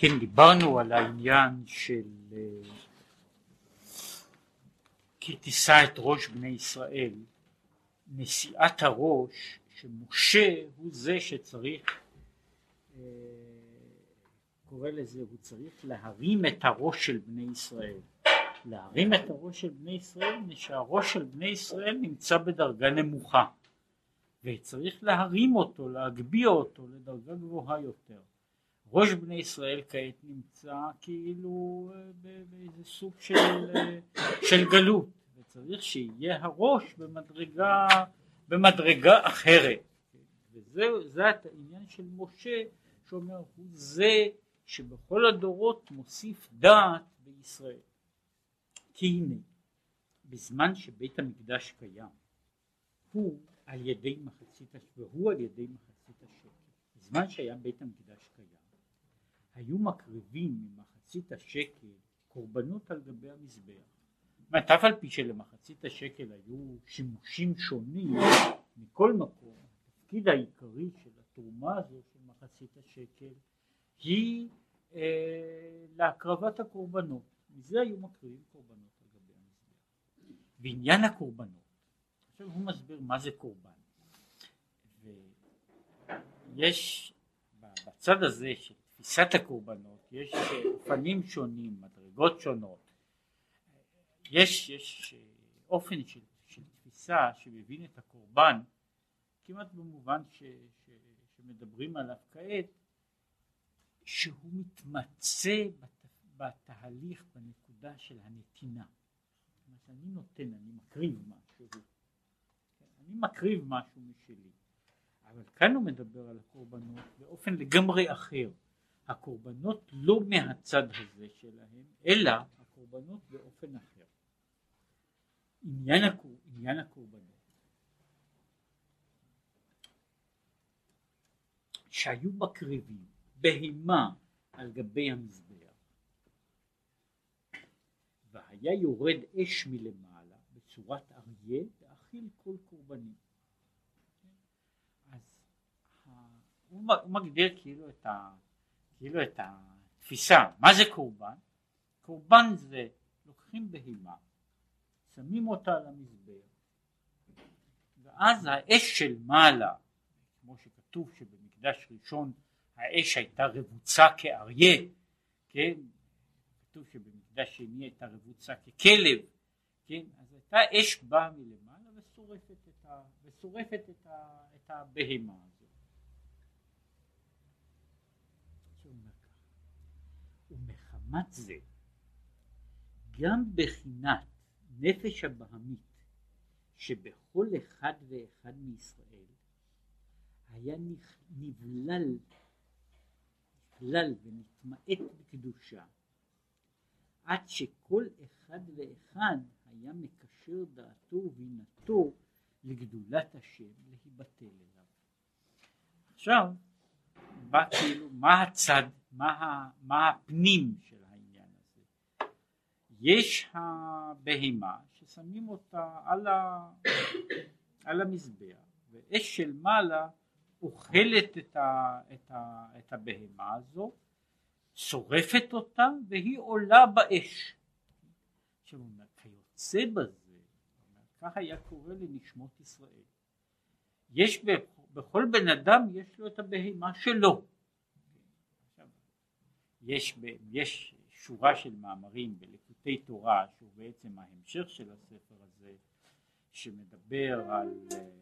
כן, דיברנו על העניין של כי תישא את ראש בני ישראל, נשיאת הראש, שמשה הוא זה שצריך, קורא לזה, הוא צריך להרים את הראש של בני ישראל. להרים את הראש של בני ישראל, שהראש של בני ישראל נמצא בדרגה נמוכה, וצריך להרים אותו, להגביה אותו לדרגה גבוהה יותר. ראש בני ישראל כעת נמצא כאילו באיזה סוג של גלות, וצריך שיהיה הראש במדרגה אחרת. וזה העניין של משה, שאומר הוא זה שבכל הדורות מוסיף דעת בישראל. כי הנה, בזמן שבית המקדש קיים, הוא על ידי מחצית השקל. בזמן שהיה בית המקדש קיים, היו מקריבים ממחצית השקל קורבנות על גבי המזבח. אף על פי שלמחצית השקל היו שימושים שונים, מכל מקום התפקיד העיקרי של התרומה הזו של מחצית השקל היא להקרבת הקורבנות. מזה היו מקריבים קורבנות על גבי המזבח. ועניין הקורבנות, עכשיו הוא מסביר מה זה קורבן. ויש בצד הזה של תפיסת הקורבנות יש אופנים שונים, מדרגות שונות. יש אופן של תפיסה שמבין את הקורבן כמעט במובן שמדברים עליו כעת, שהוא מתמצא בתהליך, בנקודה של הנתינה. אני נותן, אני מקריב משהו, אני מקריב משהו משלי. אבל כאן הוא מדבר על הקורבנות באופן לגמרי אחר. הקורבנות לא מהצד הזה שלהם, אלא הקורבנות באופן אחר. עניין הקורבנות שהיו מקריבים בהמה על גבי המזבח, והיה יורד אש מלמעלה בצורת אריה ואכיל כל קורבנים. אז הוא מגדיר כאילו את התפיסה. מה זה קורבן? קורבן זה לוקחים בהמה, שמים אותה על המזבח, ואז האש של מעלה, כמו שכתוב שבמקדש ראשון האש הייתה רבוצה כאריה, כן? כתוב שבמקדש שני הייתה רבוצה ככלב, כן? אז הייתה אש באה מלמעלה ושורפת את הבהמה הזו. ומחמת זה גם בחינת נפש הבהמית שבכל אחד ואחד מישראל היה נבלל ונתמעט בקדושה, עד שכל אחד ואחד היה מקשר דעתו ובינתו לגדולת השם, להיבטל אליו. עכשיו בא כאילו מה הצד, מה הפנים של העניין הזה. יש הבהמה ששמים אותה על המזבח, ואש של מעלה אוכלת את הבהמה הזו, שורפת אותה, והיא עולה באש. עכשיו הוא אומר, כיוצא בזה, כך היה קורא לנשמות ישראל. יש בכל בן אדם יש לו את הבהמה שלו. יש שורה של מאמרים בליקוטי תורה, שהוא בעצם ההמשך של הספר הזה, שמדבר על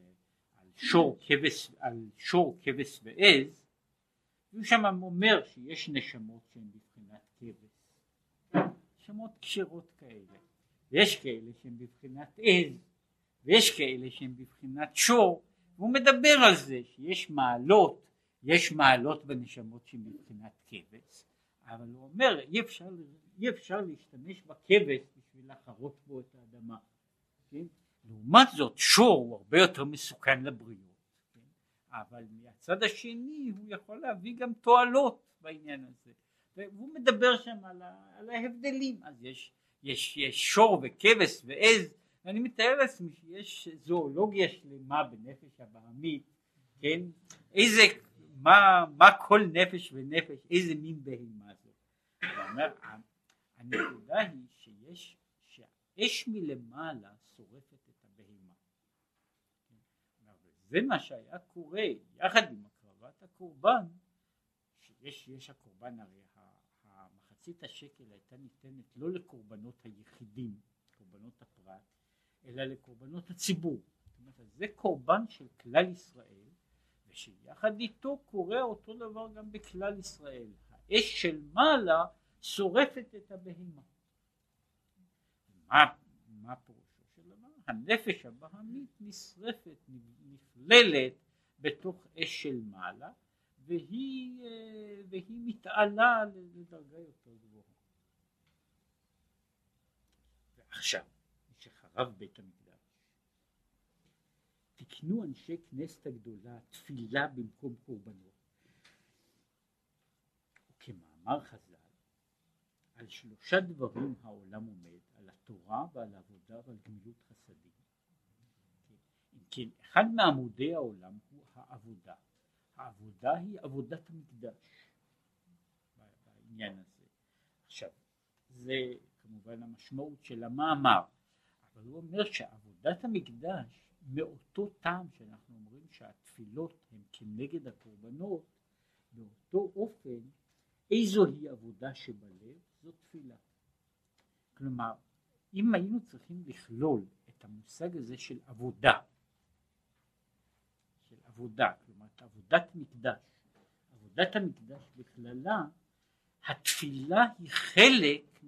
שור כבש ועז, הוא שם אומר שיש נשמות שהן בבחינת כבש, נשמות כשרות כאלה, ויש כאלה שהן בבחינת עז, ויש כאלה שהן בבחינת שור. והוא מדבר על זה שיש מעלות בנשמות שהן בבחינת כבש, אבל הוא אומר אי אפשר להשתמש בכבש בשביל לחרות בו את האדמה, כן? לעומת זאת שור הוא הרבה יותר מסוכן לבריאות, כן? אבל מהצד השני הוא יכול להביא גם תועלות בעניין הזה, והוא מדבר שם על ההבדלים. אז יש שור וכבש ועז, ואני מתאר לעצמי שיש זואולוגיה שלמה בנפש הבהמית, כן? מה כל נפש ונפש, איזה מין בהמה זו. אומר, הנקודה היא שהאש מלמעלה שורפת את הבהמה. זה מה שהיה קורה יחד עם הקרבת הקורבן, שיש הקורבן, הרי המחצית השקל הייתה ניתנת לא לקורבנות היחידים, קורבנות הפרט, אלא לקורבנות הציבור. זאת אומרת, זה קורבן של כלל ישראל, ושיחד איתו קורה אותו דבר גם בכלל ישראל. האש של מעלה שורפת את הבהמה. מה פירושו של דבר? הנפש הבהמית נשרפת, נכללת בתוך אש של מעלה, והיא מתעלה לדרגה יותר גבוהה. ועכשיו, כשחרב בית המקדש, תקנו אנשי כנסת הגדולה תפילה במקום קורבנות. וכמאמר חז"ל, על 3 דברים העולם עומד, על התורה ועל העבודה ועל גמילות חסדים. אם כן, אחד מעמודי העולם הוא העבודה. העבודה היא עבודת המקדש בעניין הזה. עכשיו, זה כמובן המשמעות של המאמר, אבל הוא אומר שעבודת המקדש מאותו טעם שאנחנו אומרים שהתפילות הן כנגד הקורבנות, באותו אופן איזוהי עבודה שבלב, זו תפילה. כלומר, אם היינו צריכים לכלול את המושג הזה של עבודה, כלומר את עבודת מקדש, עבודת המקדש בכללה, התפילה היא חלק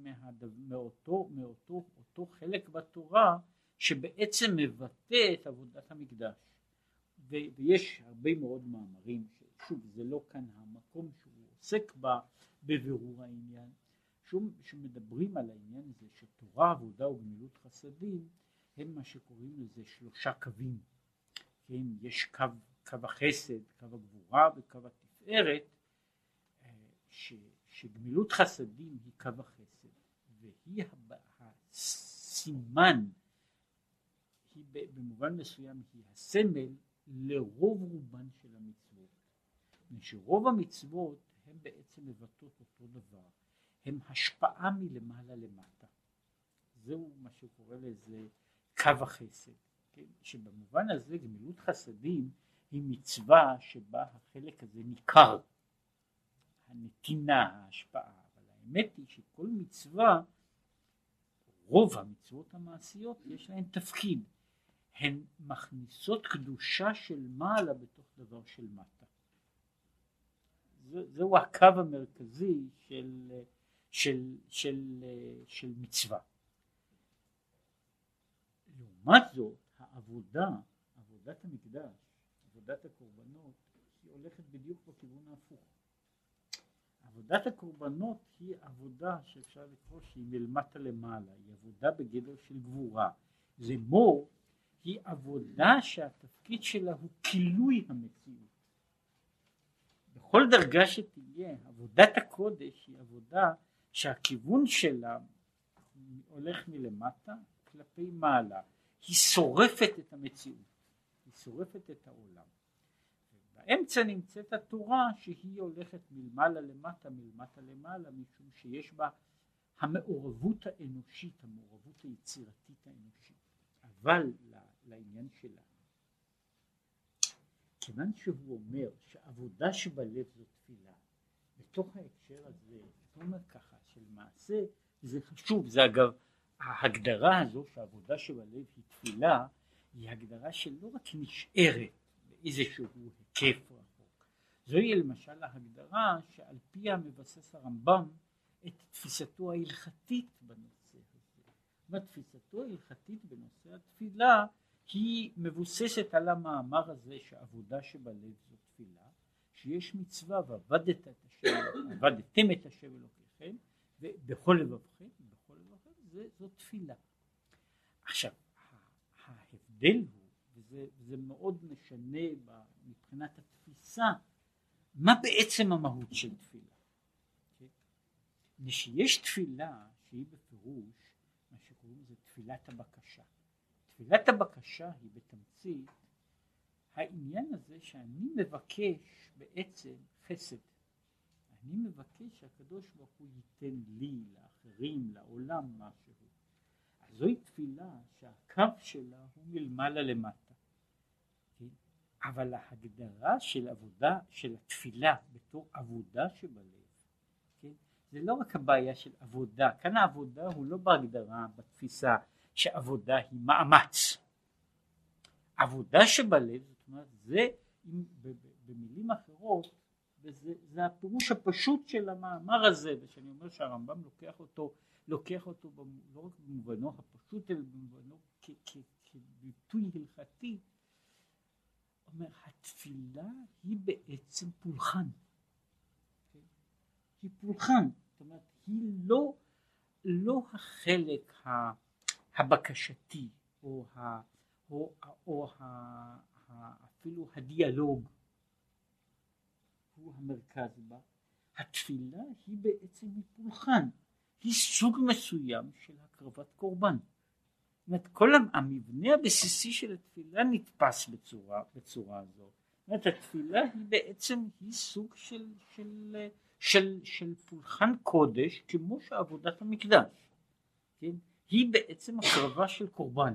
מאותו חלק בתורה שבעצם מבטא את עבודת המקדש. ויש הרבה מאוד מאמרים, שוב זה לא כאן המקום שהוא עוסק בבירור העניין, שמדברים על העניין הזה שתורה, עבודה וגמילות חסדים הם מה שקוראים לזה 3 קווים. כן, יש קו החסד, קו הגבורה וקו התפארת, שגמילות חסדים היא קו החסד, והיא הסימן, היא במובן מסוים היא הסמל לרוב רובן של המצוות. שרוב המצוות הן בעצם מבטאות אותו דבר, הן השפעה מלמעלה למטה. זהו מה שקורא לזה קו החסד. כן? שבמובן הזה גמילות חסדים היא מצווה שבה החלק הזה ניכר, הנתינה, ההשפעה. אבל האמת היא שכל מצווה, רוב המצוות המעשיות יש להן תפקיד, הן מכניסות קדושה של מעלה בתוך דבר של מטה. זהו הקו המרכזי של מצווה. לעומת זאת, עבודת המקדש, עבודת הקורבנות, היא הולכת בדיוק בכיוון ההפוך. עבודת הקורבנות היא עבודה שאפשר לקרוא שהיא מלמטה למעלה, היא עבודה בגדר של גבורה. זה מור, היא עבודה שהתפקיד שלה הוא כילוי המציאות. בכל דרגה שתהיה, עבודת הקודש היא עבודה שהכיוון שלה הולך מלמטה כלפי מעלה. היא שורפת את המציאות, היא שורפת את העולם. באמצע נמצאת התורה שהיא הולכת מלמעלה למטה, מלמטה למעלה, משום שיש בה המעורבות האנושית, המעורבות היצירתית האנושית. אבל לעניין שלה, כיוון שהוא אומר שעבודה שבלב זו תפילה, בתוך ההקשר הזה, הוא אומר ככה, של מעשה, זה חשוב, זה אגב, ההגדרה הזו שעבודה שבלב היא תפילה, היא הגדרה שלא רק נשארת באיזשהו היקף רחוק. זוהי למשל ההגדרה שעל פיה מבסס הרמב"ם את תפיסתו ההלכתית בנושא הזה. ותפיסתו ההלכתית בנושא התפילה היא מבוססת על המאמר הזה שעבודה שבלב זו תפילה, שיש מצווה ועבדתם את השם אלוקיכם ובכל לבבכם, זו תפילה. עכשיו, ההבדל הוא, וזה מאוד משנה מבחינת התפיסה, מה בעצם המהות של תפילה. שיש תפילה שהיא בפירוש, מה שקוראים לזה תפילת הבקשה. תפילת הבקשה היא בתמצית העניין הזה שאני מבקש בעצם חסד. אני מבקש שהקדוש ברוך הוא ייתן לי, לאחרים, לעולם משהו. אז זוהי תפילה שהקו שלה הוא מלמעלה למטה. כן? אבל ההגדרה של עבודה, של התפילה בתור עבודה שבלב, כן? זה לא רק הבעיה של עבודה. כאן העבודה הוא לא בהגדרה, בתפיסה שעבודה היא מאמץ. עבודה שבלב, זאת אומרת, זה במילים אחרות, וזה הפירוש הפשוט של המאמר הזה, ושאני אומר שהרמב"ם לוקח אותו לא רק במובנו הפשוט, אלא במובנו כביטוי הלכתי. אומר, התפילה היא בעצם פולחן. היא פולחן, זאת אומרת, היא לא החלק הבקשתי, או אפילו הדיאלוג הוא המרכז בה. התפילה היא בעצם פולחן, היא סוג מסוים של הקרבת קורבן. זאת אומרת, כל המבנה הבסיסי של התפילה נתפס בצורה הזו. זאת אומרת, התפילה היא בעצם סוג של פולחן קודש, כמו שעבודת המקדש. כן? היא בעצם הקרבה של קורבן.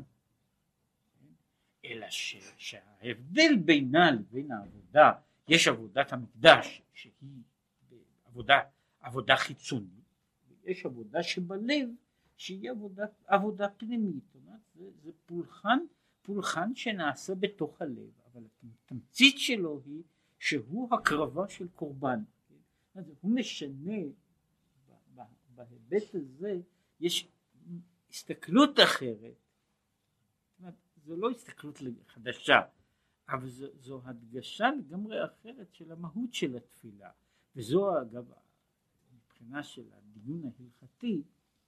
אלא שההבדל בינה לבין העבודה, יש עבודת המקדש שהיא עבודה חיצונית, ויש עבודה שבלב שהיא עבודה פנימית. זאת אומרת, זה פולחן שנעשה בתוך הלב, אבל התמצית שלו היא שהוא הקרבה של קורבן. הוא משנה בהיבט הזה, יש הסתכלות אחרת. זאת אומרת, זו לא הסתכלות חדשה, אבל זו הדגשה לגמרי אחרת של המהות של התפילה. וזו אגב מבחינה של הדיון ההלכתי,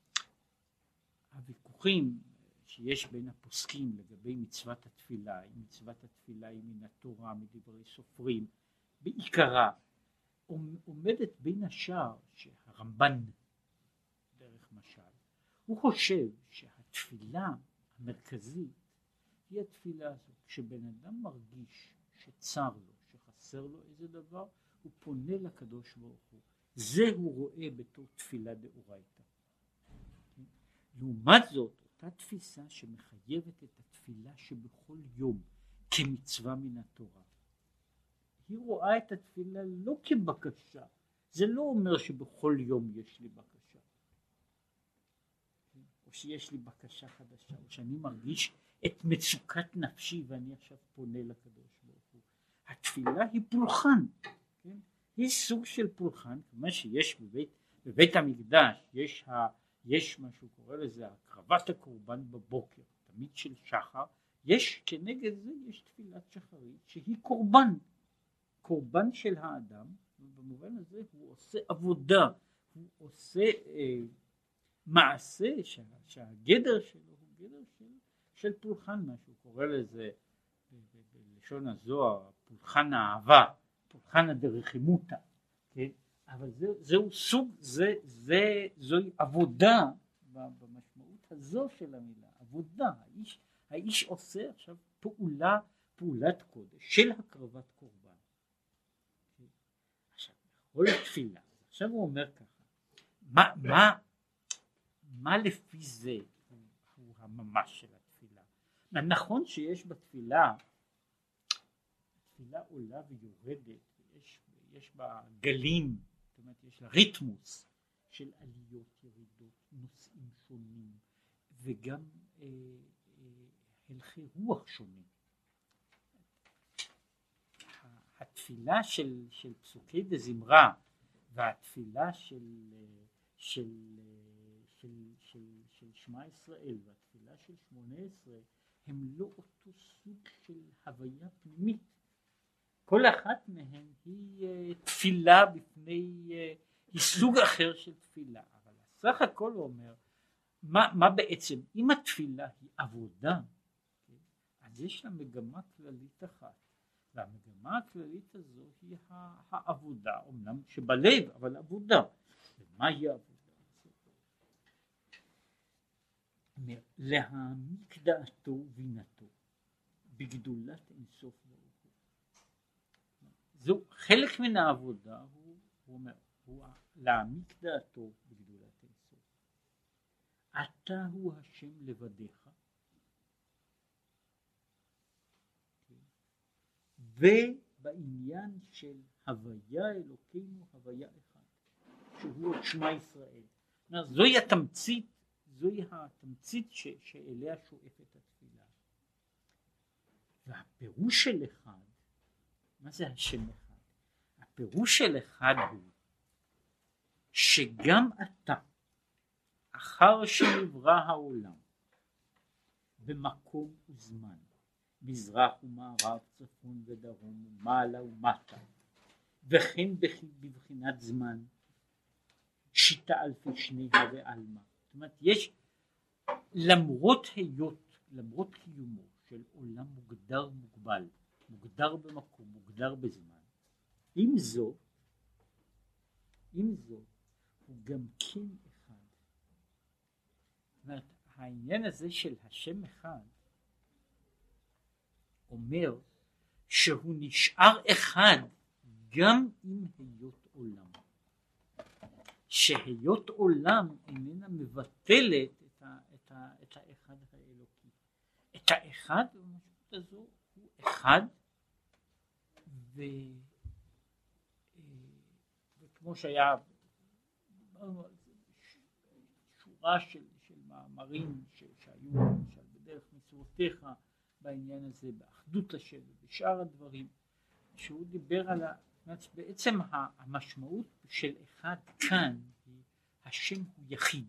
הוויכוחים שיש בין הפוסקים לגבי מצוות התפילה, אם מצוות התפילה היא מן התורה, מדברי סופרים, בעיקרה עומדת בין השאר שהרמב"ן דרך משל, הוא חושב שהתפילה המרכזית היא התפילה הזאת. כשבן אדם מרגיש שצר לו, שחסר לו איזה דבר, הוא פונה לקדוש ברוך הוא. זה הוא רואה בתור תפילה דאורייתא. לעומת זאת, אותה תפיסה שמחייבת את התפילה שבכל יום כמצווה מן התורה, היא רואה את התפילה לא כבקשה. זה לא אומר שבכל יום יש לי בקשה, או שיש לי בקשה חדשה, או שאני מרגיש את מצוקת נפשי ואני עכשיו פונה לקדוש ברוך הוא. התפילה היא פולחן, כן? היא סוג של פולחן, כמו שיש בבית המקדש, יש מה שהוא קורא לזה הקרבת הקורבן בבוקר, תמיד של שחר. יש כנגד זה יש תפילת שחרית שהיא קורבן של האדם, ובמובן הזה הוא עושה עבודה, הוא עושה מעשה שהגדר שלו הוא גדר של פולחן, מה שהוא קורא לזה בלשון הזוהר פולחן האהבה, פולחן הדרחימותא, כן? אבל זהו סוג, זוהי עבודה במשמעות הזו של המילה, עבודה. האיש עושה עכשיו פעולת קודש של הקרבת קורבן. עכשיו, בכל תפילה, עכשיו הוא אומר ככה, מה לפי זה הוא הממש של התפילה? נכון שיש בתפילה, התפילה עולה ויורדת, יש בה גלים, זאת אומרת יש לה ריתמוס של עליות ירידות, נושאים שונים, וגם הלכי רוח שונים. התפילה של פסוקי דזמרה והתפילה של שמע ישראל והתפילה של 18 הם לא אותו סוג של הוויה פנימית. כל אחת מהן היא תפילה בפני, היא סוג אחר של תפילה, אבל סך הכל הוא אומר מה בעצם, אם התפילה היא עבודה, אז יש לה מגמה כללית אחת, והמגמה הכללית הזו היא העבודה, אמנם שבלב, אבל עבודה. ומה היא העבודה? להעמיק דעתו ובינתו בגדולת אינסוף ברוך הוא. זו חלק מן העבודה, הוא אומר, הוא להעמיק דעתו בגדולת אינסוף. אתה הוא השם לבדיך, ובעניין של הוויה אלוקינו הוויה אחד, שהוא עוד שמע ישראל. זוהי התמצית שאליה שואפת התפילה. והפירוש של אחד, מה זה השם אחד? הפירוש של אחד הוא שגם אתה, אחר שנברא העולם במקום וזמן, מזרח ומערב, צפון ודרום, מעלה ומטה, וכן בבחינת זמן, שיטה אלפי שני ועלמא. זאת אומרת, יש, למרות קיומו של עולם מוגדר מוגבל, מוגדר במקום, מוגדר בזמן, עם זאת הוא גם כן אחד. זאת אומרת, העניין הזה של השם אחד אומר שהוא נשאר אחד גם עם היות עולם, שהיות עולם איננה מבטלת את האחד האלוקי. את האחד במשות הזו הוא אחד, וכמו שהיה שורה של מאמרים שהיו למשל בדרך מסורתיך בעניין הזה, באחדות השם ובשאר הדברים, שהוא דיבר על בעצם המשמעות של אחד כאן היא השם הוא יחיד.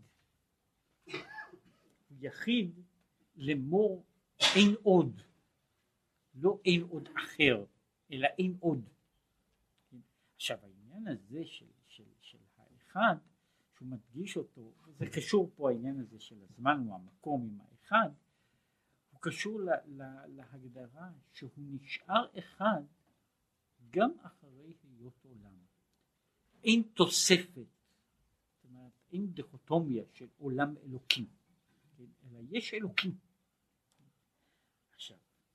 הוא יחיד לאמור אין עוד, לא אין עוד אחר, אלא אין עוד. עכשיו העניין הזה של האחד, שהוא מדגיש אותו, זה קשור פה העניין הזה של הזמן או המקום עם האחד, הוא קשור להגדרה שהוא נשאר אחד גם אחרי היות עולם. אין תוספת, זאת אומרת, אין דיכוטומיה של עולם אלוקים, אלא יש אלוקים. עכשיו,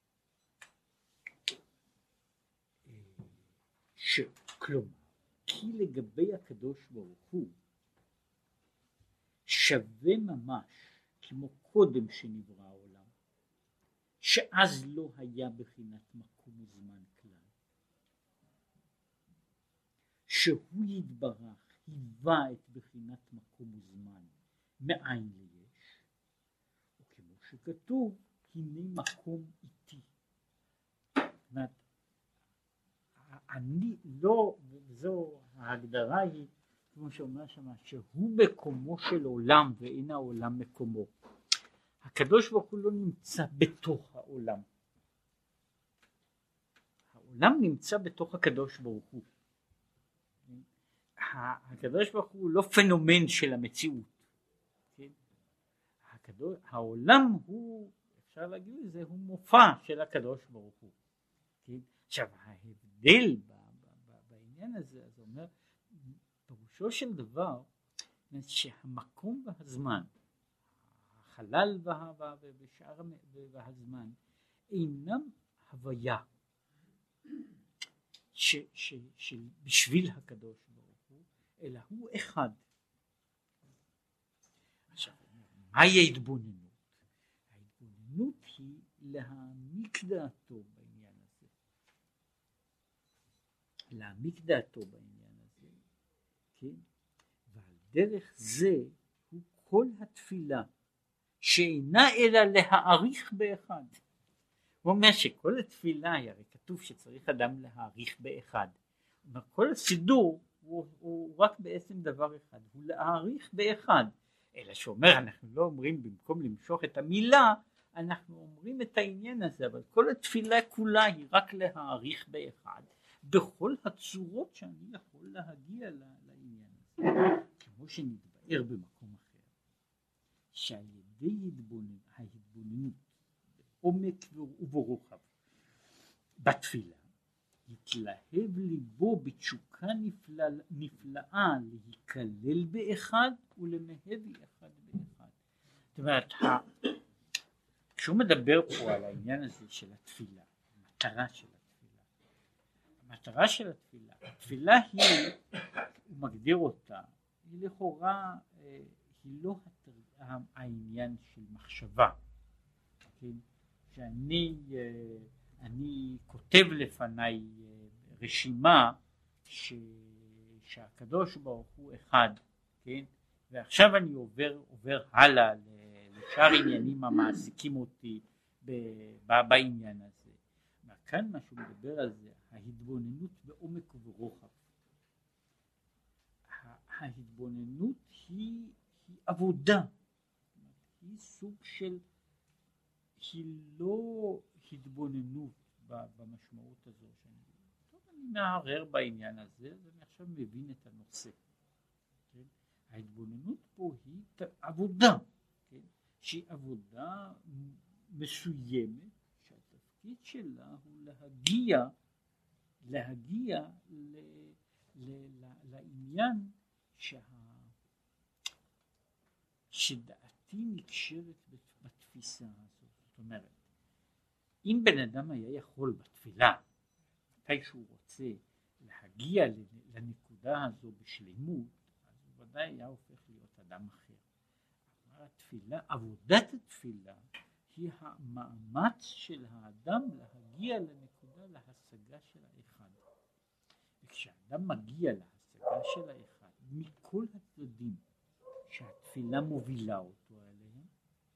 כלומר, כי לגבי הקדוש ברוך הוא שווה ממש כמו קודם שנברא העולם, שאז לא היה בחינת מקום וזמן כלל, שהוא יתברך היווה את בחינת מקום וזמן מאין ליש, וכמו שכתוב הנה מקום איתי. זאת אומרת, אני לא, וזו ההגדרה היא כמו שאומר שמה, שהוא מקומו של עולם ואין העולם מקומו. הקדוש ברוך הוא לא נמצא בתוך העולם, העולם נמצא בתוך הקדוש ברוך הוא. הקדוש ברוך הוא לא פנומן של המציאות, כן? העולם הוא, אפשר להגיד לזה, הוא מופע של הקדוש ברוך הוא, כן? עכשיו ההבדל בעניין הזה, אז אומר פירושו של דבר שהמקום והזמן, החלל ושאר והזמן אינם הוויה בשביל הקדוש ברוך הוא, אלא הוא אחד. עכשיו, מהי ההתבוננות? ההתבוננות היא להעמיק דעתו בעניין הזה, להעמיק דעתו בעניין הזה, כן? ועל דרך זה הוא כל התפילה שאינה אלא להעריך באחד. הוא אומר שכל התפילה, הרי כתוב שצריך אדם להעריך באחד, אומר כל הסידור הוא רק בעצם דבר אחד, הוא להעריך באחד, אלא שאומר אנחנו לא אומרים במקום למשוך את המילה, אנחנו אומרים את העניין הזה, אבל כל התפילה כולה היא רק להעריך באחד, בכל הצורות שאני יכול להגיע לעניין הזה, כמו שנתבאר במקום אחר, שעל ידי ההתבוננות בעומק וברוחב בתפילה, יתלהב ליבו בתשוקה נפלאה להיכלל באחד ולמהב אחד באחד. זאת אומרת, כשהוא מדבר פה על העניין הזה של התפילה, המטרה של התפילה, התפילה היא הוא מגדיר אותה, היא לכאורה, היא לא העניין של מחשבה, כן? שאני כותב לפניי רשימה שהקדוש ברוך הוא אחד, כן? ועכשיו אני עובר הלאה לשאר עניינים המעסיקים אותי בעניין הזה. וכאן מה שהוא מדבר על זה, ההתבוננות בעומק וברוחב. ההתבוננות היא עבודה, היא סוג של, היא לא התבוננות במשמעות הזו אני מערער בעניין הזה, אז אני עכשיו מבין את הנושא. כן? ההתבוננות פה היא עבודה, כן? שהיא עבודה מסוימת, שהתפקיד שלה הוא להגיע לעניין שדעתי נקשרת בתפיסה הזאת. זאת אומרת, אם בן אדם היה יכול בתפילה, מתי שהוא רוצה להגיע לנקודה הזו בשלמות, אז הוא ודאי היה הופך להיות אדם אחר. אבל התפילה, עבודת התפילה, היא המאמץ של האדם להגיע לנקודה, להשגה של האחד. וכשאדם מגיע להשגה של האחד, מכל הצדדים שהתפילה מובילה אותו אליהם,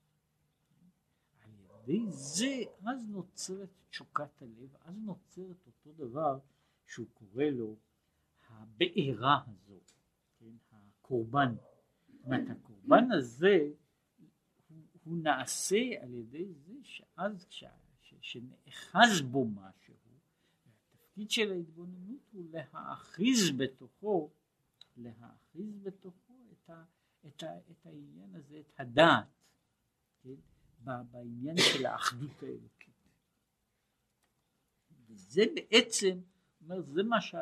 על ידי זה אז נוצרת תשוקת הלב, אז נוצרת אותו דבר שהוא קורא לו הבעירה הזו, כן? הקורבן. זאת אומרת, הקורבן הזה הוא נעשה על ידי זה שאז שנאחז בו משהו, והתפקיד של ההתבוננות הוא להאחיז בתוכו את העניין הזה, את הדעת, כן? בעניין של האחדות האלוקית. וזה בעצם, זה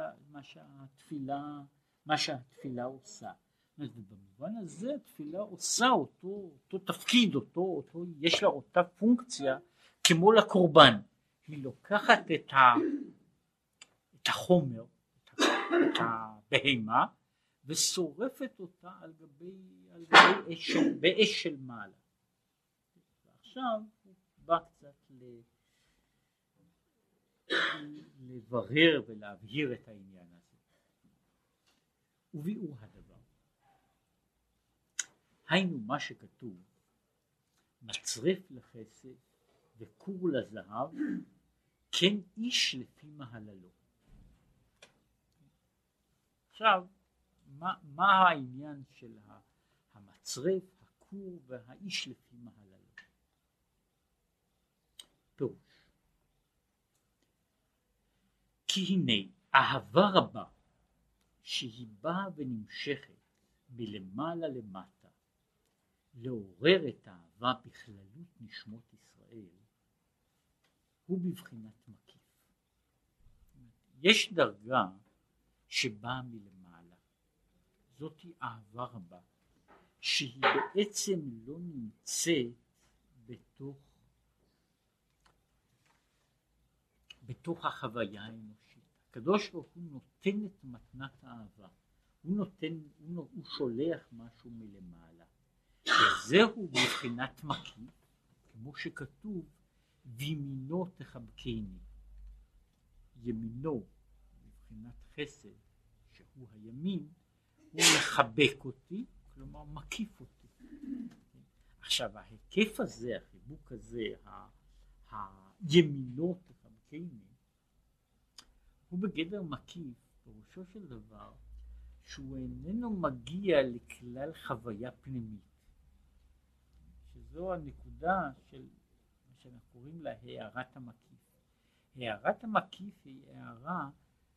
מה שהתפילה עושה. ובמובן הזה התפילה עושה אותו תפקיד, יש לה אותה פונקציה כמו לקורבן. היא לוקחת את החומר, את הבהמה, ושורפת אותה על גבי באש של מעלה. ועכשיו הוא בא קצת לברר ולהבהיר את העניין הזה. וביאור הדבר. היינו מה שכתוב, מצרף לכסף וכור לזהב, כן איש לפי מהללו. עכשיו, מה העניין של המצרף, הכור והאיש לפי מהללו? פירוש. כי הנה אהבה רבה שהיא באה ונמשכת מלמעלה למטה, לעורר את האהבה בכללות נשמות ישראל, הוא בבחינת מקיף. יש דרגה שבאה מלמעלה, זאת היא אהבה רבה, שהיא בעצם לא נמצאת בתוך החוויה האנושית. הקדוש ברוך הוא נותן את מתנת האהבה, הוא שולח משהו מלמעלה, וזהו בבחינת מקיף, כמו שכתוב, וימינו תחבקני. ימינו בבחינת חסד, שהוא הימין, הוא מחבק אותי, כלומר מקיף אותי. עכשיו ההיקף הזה, החיבוק הזה, הימינו תחבקני, הוא בגדר מקיף, פירושו של דבר שהוא איננו מגיע לכלל חוויה פנימית, שזו הנקודה של מה שאנחנו קוראים לה הערת המקיף. הערת המקיף היא הערה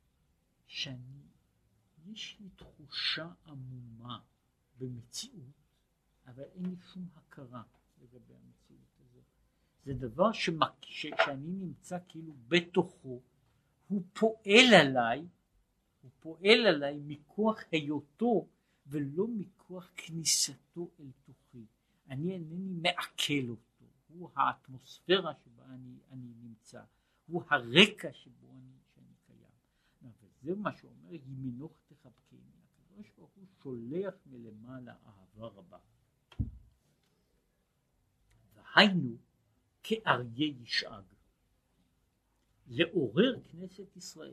יש לי תחושה עמומה במציאות, אבל אין לי שום הכרה לגבי המציאות הזו. זה דבר שאני נמצא כאילו בתוכו, הוא פועל עליי מכוח היותו ולא מכוח כניסתו אל תוכי. אני אינני מעכל אותו, הוא האטמוספירה שבה אני נמצא, הוא הרקע שבו שאני קיים. וזה מה שאומר ימינוך תחבקני. הקדוש ברוך הוא שולח מלמעלה אהבה רבה. והיינו כאריה ישאג לעורר כנסת ישראל.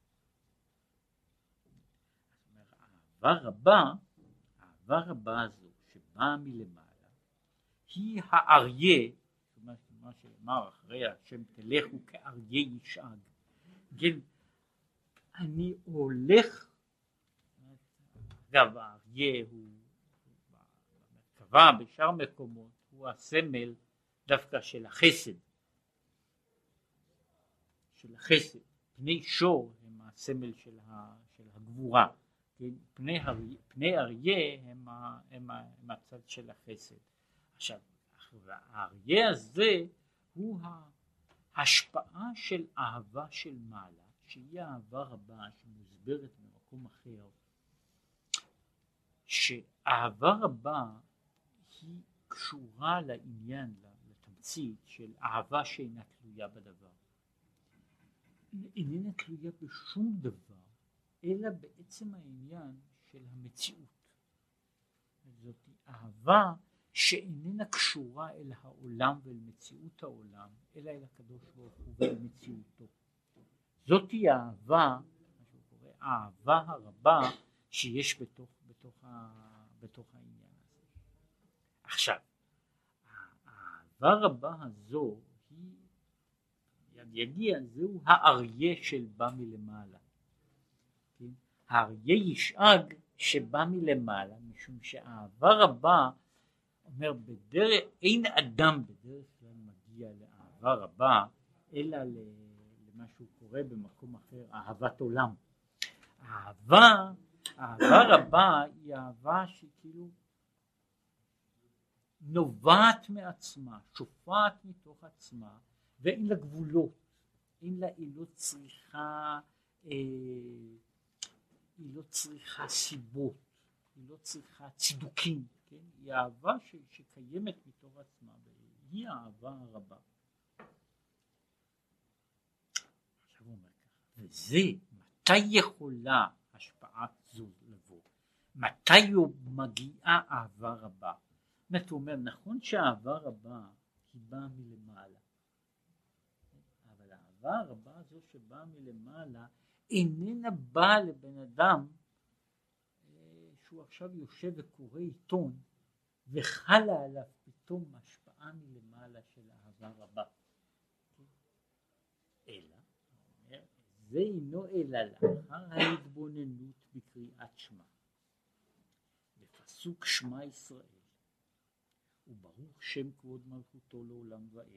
אהבה רבה הזו שבאה מלמעלה היא האריה, זאת אומרת מה שאמר אחרי השם תלכו כאריה ישאג, כן, אני הולך, אגב האריה הוא במרכבה בשאר מקומות הוא הסמל דווקא של החסד, פני שור הם הסמל של הגבורה, כן? פני אריה הם הצד של החסד. עכשיו האריה הזה הוא ההשפעה של אהבה של מעלה, שהיא אהבה רבה שמוסברת במקום אחר, שאהבה רבה היא קשורה לעניין, לתמצית של אהבה שאינה תלויה בדבר, איננה תלויה בשום דבר אלא בעצם העניין של המציאות. זאת אהבה שאיננה קשורה אל העולם ואל מציאות העולם אלא אל הקדוש ברוך הוא ואל מציאותו. זאת היא האהבה, מה שהוא קורא האהבה הרבה שיש בתוך העניין הזה. עכשיו האהבה רבה הזו היא יגיע, זהו האריה של בא מלמעלה, כן? האריה ישאג שבא מלמעלה, משום שהאהבה רבה אומר בדרך, אין אדם בדרך כלל מגיע לאהבה רבה אלא למה שהוא קורא במקום אחר אהבת עולם. אהבה רבה היא אהבה שכאילו נובעת מעצמה, שופעת מתוך עצמה, ואין לה גבולות, היא לא צריכה סיבות, היא לא צריכה צידוקים, כן? היא אהבה שקיימת מתוך עצמה, והיא האהבה הרבה. עכשיו הוא אומר ככה, וזה מתי יכולה השפעה זו לבוא? מתי מגיעה אהבה רבה? זאת אומרת, נכון שהאהבה רבה היא באה מלמעלה, אבל האהבה הרבה הזו שבאה מלמעלה איננה באה לבן אדם שהוא עכשיו יושב וקורא עיתון וחלה עליו פתאום השפעה מלמעלה של אהבה רבה, אלא זה אינו אלא לאחר ההתבוננות בקריאת שמע בפסוק שמע ישראל וברוך שם כבוד מלכותו לעולם ועד,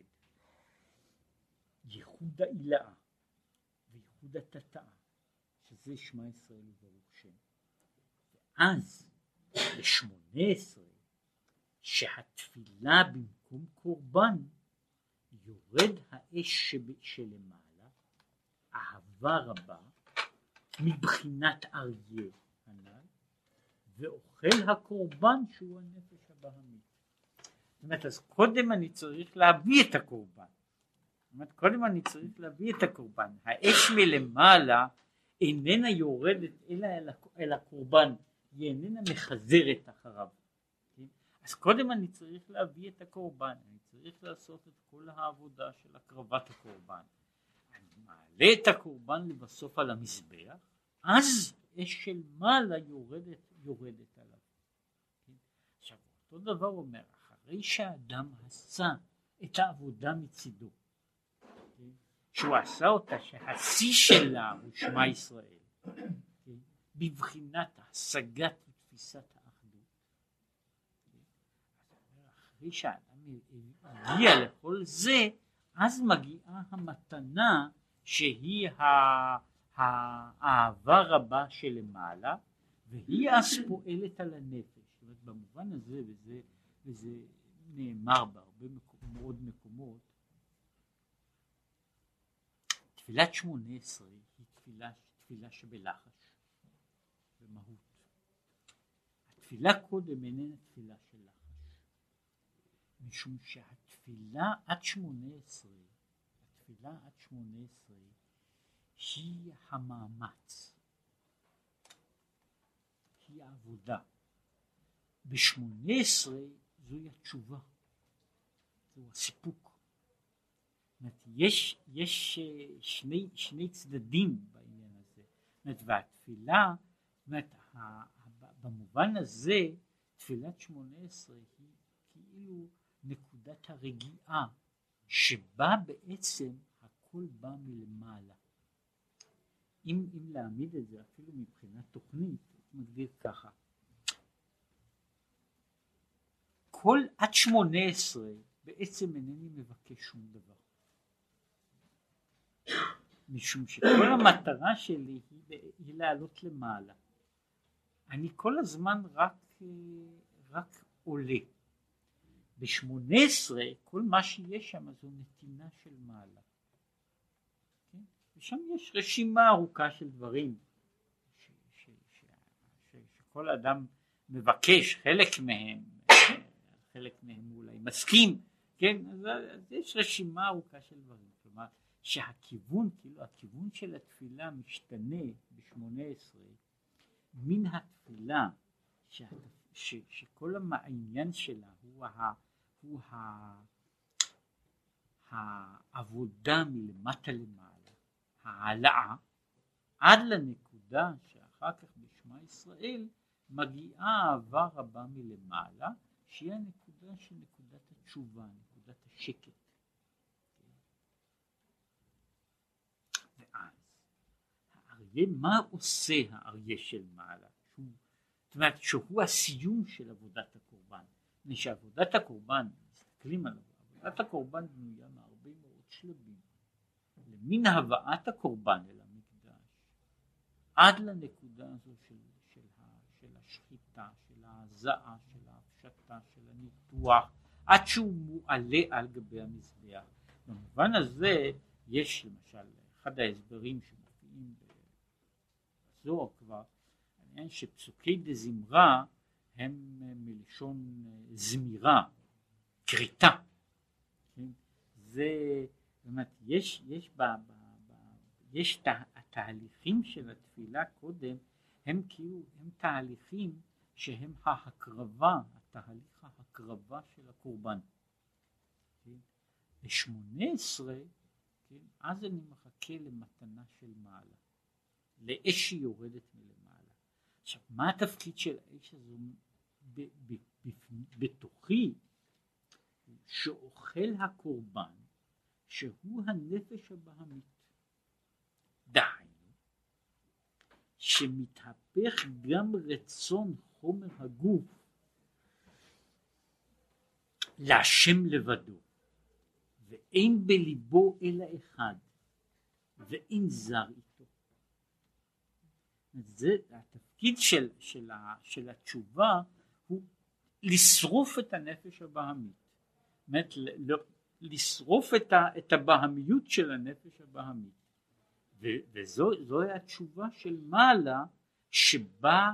ייחוד העילאה וייחוד התתאה, שזה שמע ישראל וברוך שם. ואז ב18 שהתפילה במקום קורבן יורד האש שלמעלה, אהבה רבה מבחינת אריה הנ"ל, ואוכל הקורבן שהוא הנפש הבהמית. זאת אומרת, אז קודם אני צריך להביא את הקורבן. זאת אומרת, קודם אני צריך להביא את הקורבן. האש מלמעלה איננה יורדת אלא אל הקורבן, היא איננה מחזרת אחריו. אז קודם אני צריך להביא את הקורבן, אני צריך לעשות את כל העבודה של הקרבת הקורבן. אני מעלה את הקורבן לבסוף על המזבח, אז אש של מעלה יורדת עליו. עכשיו אותו דבר אומר, אחרי שהאדם עשה את העבודה מצידו, שהוא עשה אותה שהשיא שלה הוא שמע ישראל, בבחינת השגת תפיסת האחדות, אחרי שהאדם הגיע לכל זה, אז מגיעה המתנה שהיא האהבה רבה שלמעלה, והיא אז פועלת על הנפש. זאת אומרת, במובן הזה, וזה נאמר בהרבה מאוד מקומות, תפילת 18 היא תפילה שבלחש, במהות. התפילה קודם איננה תפילה של לחש, משום שהתפילה עד 18 היא המאמץ, היא העבודה. ב-18 זוהי התשובה, זהו הסיפוק. יש שני צדדים בעניין הזה. והתפילה, במובן הזה, תפילת 18 היא כאילו נקודת הרגיעה, שבה בעצם הכל בא מלמעלה. אם להעמיד את זה אפילו מבחינת תוכנית, מגדיר ככה. עד 18 בעצם אינני מבקש שום דבר. משום שכל המטרה שלי היא לעלות למעלה. אני כל הזמן רק עולה. ב-18 כל מה שיש שם זו נתינה של מעלה. כן? ושם יש רשימה ארוכה של דברים שכל אדם מבקש, חלק מהם אולי מסכים, כן? אז יש רשימה ארוכה של דברים. כלומר, שהכיוון, כאילו הכיוון של התפילה משתנה ב-18 מן התפילה שכל העניין שלה הוא העבודה מלמטה למעלה, העלאה, עד לנקודה שאחר כך בשמע ישראל מגיעה אהבה רבה מלמעלה, שהיא הנקודה של נקודת התשובה, נקודת השקט. ואז האריה, מה עושה האריה של מעלה? זאת אומרת שהוא הסיום של עבודת הקורבן. שעבודת הקורבן, מסתכלים עליו, עבודת הקורבן בנויה מהרבה מאוד שלבים. מן הבאת הקורבן אל המקדש עד לנקודה הזו של השחיטה, של ההזעה, של ההפשטה, של הניתוח, עד שהוא מועלה על גבי המזבח. במובן הזה יש למשל אחד ההסברים שמופיעים בזוהר כבר, העניין שפסוקי דזמרה הם מלשון זמירה, קריטה. זה, זאת אומרת, יש התהליכים של התפילה קודם, הם תהליכים שהם ההקרבה, התהליך ההקרבה של הקורבן. ב-18, אז אני מחכה למתנה של מעלה, לאש שיורדת מלמעלה. עכשיו, מה התפקיד של האש הזו בתוכי? שאוכל הקורבן, שהוא הנפש הבהמית. דהיינו, שמתהפך גם רצון חומר הגוף להשם לבדו, ואין בליבו אלא אחד, ואין זר איתו. זה התפקיד של התשובה, הוא לשרוף את הנפש הבהמית. זאת אומרת, לשרוף את הבהמיות של הנפש הבהמית. וזוהי התשובה של מעלה, שבה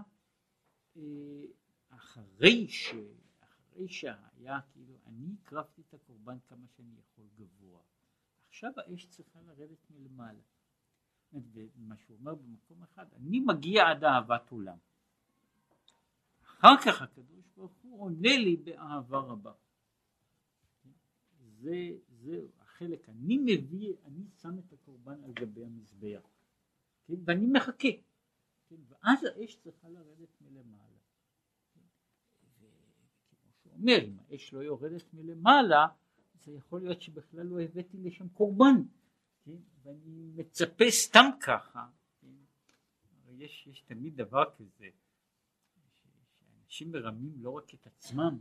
אחרי שהיה כאילו אני הקרבתי את הקורבן כמה שאני יכול גבוה, עכשיו האש צריכה לרדת מלמעלה. ומה שהוא אומר במקום אחד, אני מגיע עד אהבת עולם, אחר כך הקדוש ברוך הוא עונה לי באהבה רבה. זה החלק, אני שם את הקורבן על גבי המזבח, כן? ואני מחכה, כן? ואז האש צריכה לרדת מלמעלה. וכמו שהוא אומר, אם האש לא יורדת מלמעלה, זה יכול להיות שבכלל לא הבאתי לשם קורבן, כן? ואני מצפה סתם ככה, כן? יש תמיד דבר כזה, שאנשים מרמים לא רק את עצמם,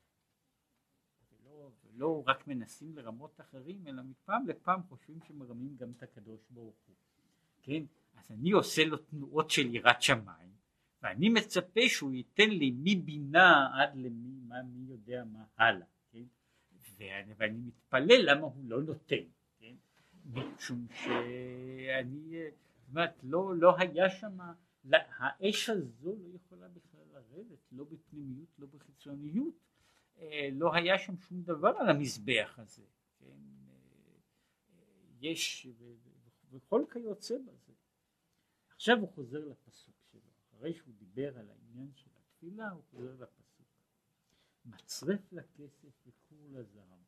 ולא רק מנסים לרמות אחרים, אלא מפעם לפעם חושבים שמרמים גם את הקדוש ברוך הוא. כן? אז אני עושה לו תנועות של יראת שמיים, ואני מצפה שהוא ייתן לי מבינה עד מי יודע מה הלאה. כן? ואני מתפלל למה הוא לא נותן. כן? משום שאני, זאת אומרת, לא היה שם, האש הזו לא יכולה בכלל לרדת, לא בפנימיות, לא בחיצוניות. לא היה שם שום דבר על המזבח הזה, כן? יש וכל כיוצא בזה. עכשיו הוא חוזר לפסוק שלו, אחרי שהוא דיבר על העניין של התפילה, הוא חוזר לפסוק. מצרף לכסף וכור לזהב.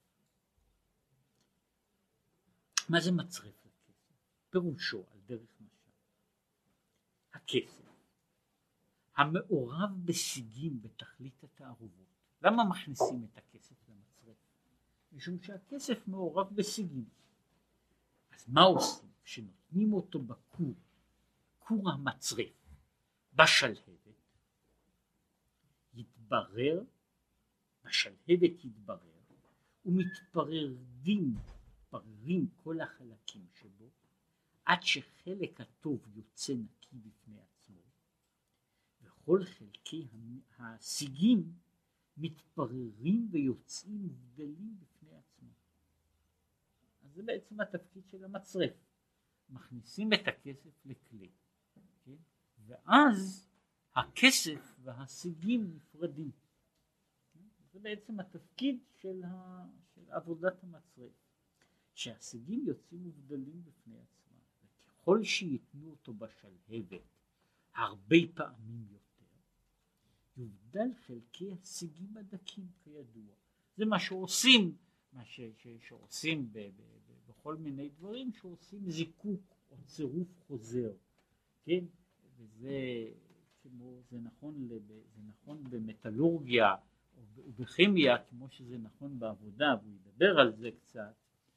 מה זה מצרף לכסף? פירושו על דרך משל. הכסף המעורב בשיגים בתכלית התערובות. למה מכניסים את הכסף למצרף? משום שהכסף מעורב בשיגים. אז מה עושים? כשנותנים אותו בכור, כור המצרף, בשלהבת, יתברר, בשלהבת יתברר, ומתפררים כל החלקים שבו, עד שחלק הטוב יוצא נקי בפני עצמו, וכל חלקי השיגים מתפררים ויוצאים מובדלים בפני עצמם. אז זה בעצם התפקיד של המצרף. מכניסים את הכסף לכלי, כן? ואז הכסף והשיגים נפרדים. זה בעצם התפקיד של עבודת המצרף. שהשיגים יוצאים מובדלים בפני עצמם, וככל שיתנו אותו בשלהבת הרבה פעמים יותר, יובדל חלקי השיגים הדקים כידוע. זה מה שעושים, שעושים בכל מיני דברים, שעושים זיקוק או צירוף חוזר, כן? וזה כמו, זה נכון במטלורגיה או בכימיה, כמו שזה נכון בעבודה, והוא ידבר על זה קצת,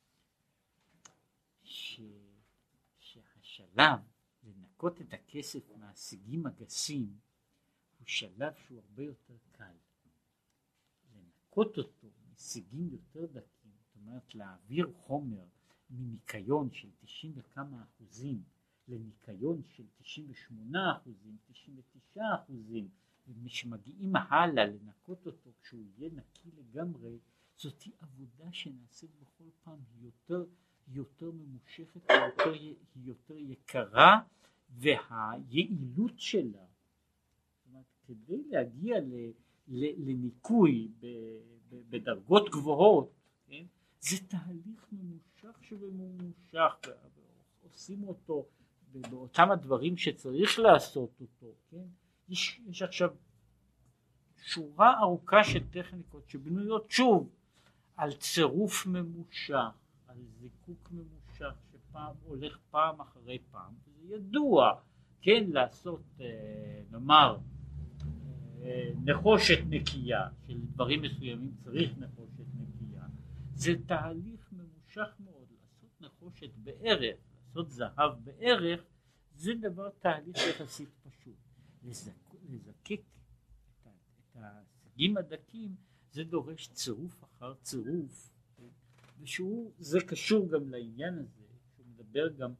שהשלב לנקות את הכסף מהשיגים הגסים הוא שלב שהוא הרבה יותר קל. לנקות אותו משיגים יותר דקים, זאת אומרת להעביר חומר מניקיון של 90 וכמה אחוזים לניקיון של 98 אחוזים, 99 אחוזים, ומשמגיעים הלאה לנקות אותו כשהוא יהיה נקי לגמרי, זאת היא עבודה שנעשית בכל פעם יותר ממושכת, יותר יקרה, והיעילות שלה, זאת אומרת, כדי להגיע לניקוי בדרגות גבוהות, כן? זה תהליך ממושך שבממושך, עושים אותו באותם הדברים שצריך לעשות אותו, כן? יש עכשיו שורה ארוכה של טכניקות שבנויות שוב על צירוף ממושך, על זיקוק ממושך שפעם הולך פעם אחרי פעם, זה ידוע, כן, לעשות נאמר נחושת נקייה, של דברים מסוימים צריך נחושת נקייה, זה תהליך ממושך מאוד. לעשות נחושת בערך, לעשות זהב בערך, זה תהליך יחסית פשוט. לזקק את השיגים הדקים, זה דורש צירוף אחר צירוף, זה קשור גם לעניין הזה, שהוא מדבר גם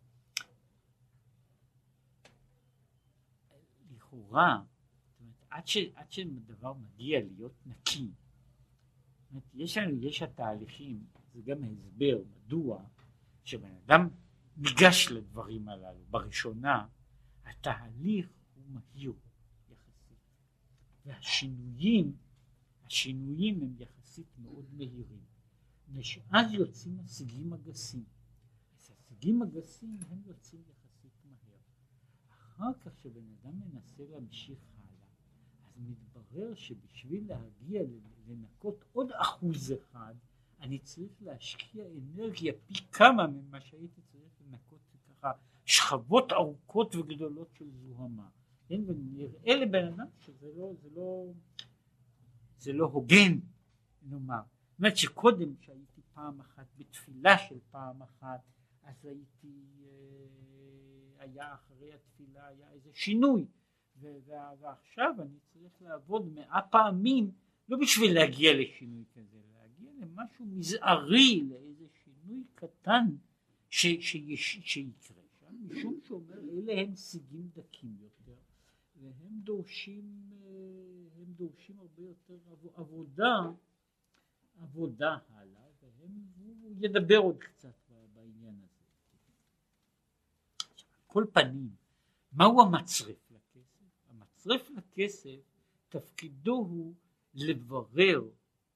לכאורה, עד שדבר מגיע להיות נקי, יש התהליכים, זה גם הסבר מדוע שבן אדם ניגש לדברים הללו. בראשונה התהליך הוא מהיר יחסית, והשינויים הם יחסית מאוד מהירים, אז יוצאים השיגים הגסים. השיגים הגסים הם יוצאים יחסית מהר. אחר כך שבן אדם מנסה להמשיך הלאה, אז מתברר שבשביל להגיע לנקות עוד 1%, אני צריך להשקיע אנרגיה פי כמה ממה שהייתי צריך לנקות ככה שכבות ארוכות וגדולות של זוהמה. כן? ונראה לבן אדם שזה לא הוגן, נאמר. זאת אומרת שקודם שהייתי פעם אחת בתפילה של פעם אחת, אז היה אחרי התפילה היה איזה שינוי, ועכשיו אני צריך לעבוד 100 פעמים, לא בשביל להגיע לשינוי כזה, להגיע למשהו מזערי, לאיזה שינוי קטן שיקרה שם, משום שאומר אלה הם שיגים דקים יותר, והם דורשים הרבה יותר עבודה הלאה, והוא ידבר עוד קצת בעניין הזה. כל פנים, מהו המצרף לכסף? המצרף לכסף תפקידו הוא לברר,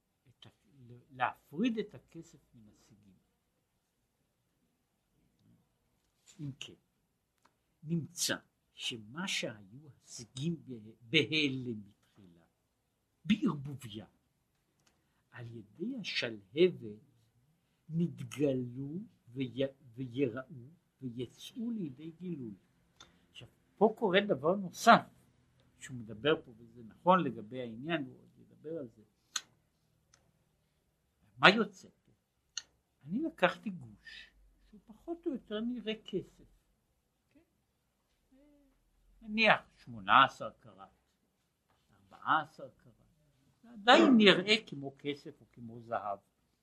להפריד את הכסף מן השיגים. אם כן, נמצא שמה שהיו השגים בהיעלם בתחילה, בערבוביה, על ידי השלהבת נתגלו ויראו ויצאו לידי גילוי. עכשיו פה קורה דבר נוסף שהוא מדבר פה, וזה נכון לגבי העניין, הוא עוד ידבר על זה. מה יוצא פה? אני לקחתי גוש שהוא פחות או יותר נראה כסף, נניח 18 קראט, 14 קראט, זה עדיין נראה כמו כסף או כמו זהב.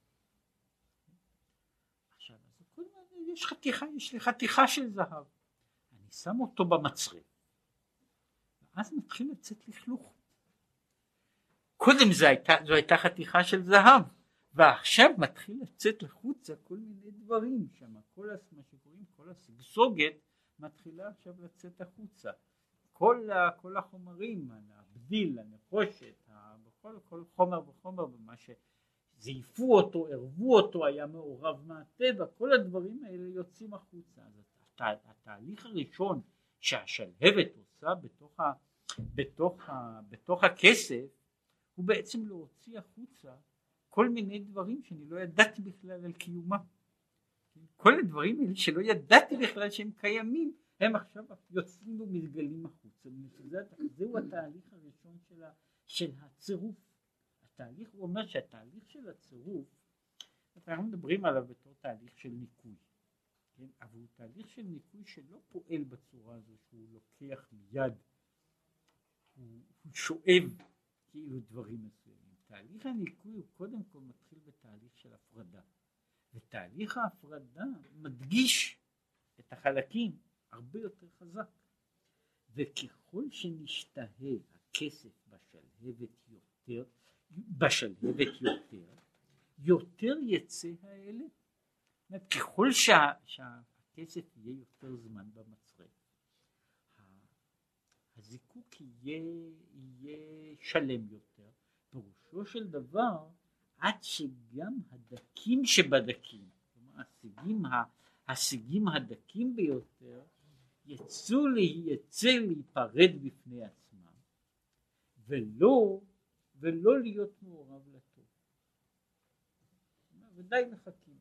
עכשיו, יש לי חתיכה של זהב, אני שם אותו במצרף, ואז מתחיל לצאת לכלוך. קודם זו הייתה חתיכה של זהב, ועכשיו מתחיל לצאת לחוצה כל מיני דברים שם, מה שקוראים כל הסגסוגת מתחילה עכשיו לצאת החוצה, כל החומרים, הבדיל, הנחושת, כל חומר וחומר, במה שזייפו אותו, ערבו אותו, היה מעורב מהטבע, כל הדברים האלה יוצאים החוצה. אז התהליך הראשון שהשלהבת עושה בתוך הכסף, הוא בעצם להוציא החוצה כל מיני דברים שאני לא ידעתי בכלל על קיומם. כל הדברים האלה שלא ידעתי בכלל שהם קיימים, הם עכשיו יוצאים ומתגלים החוצה. זהו התהליך הראשון של הצירוף. התהליך, הוא אומר שהתהליך של הצירוף, אנחנו מדברים עליו בתור תהליך של ניקוי, כן? אבל הוא תהליך של ניקוי שלא פועל בצורה הזו שהוא לוקח מיד, הוא שואב כאילו דברים מסוימים. תהליך הניקוי הוא קודם כל מתחיל בתהליך של הפרדה, ותהליך ההפרדה מדגיש את החלקים הרבה יותר חזק, וככל שנשתהה הכסף בשלהבת יותר יצא האלה. ככל שהכסף יהיה יותר זמן במצרף, הזיקוק יהיה שלם יותר, פירושו של דבר עד שגם הדקים שבדקים, כלומר השיגים הדקים ביותר, יצא להיפרד בפני עצמם, ולא להיות מעורב לטוב, ודי מחכים.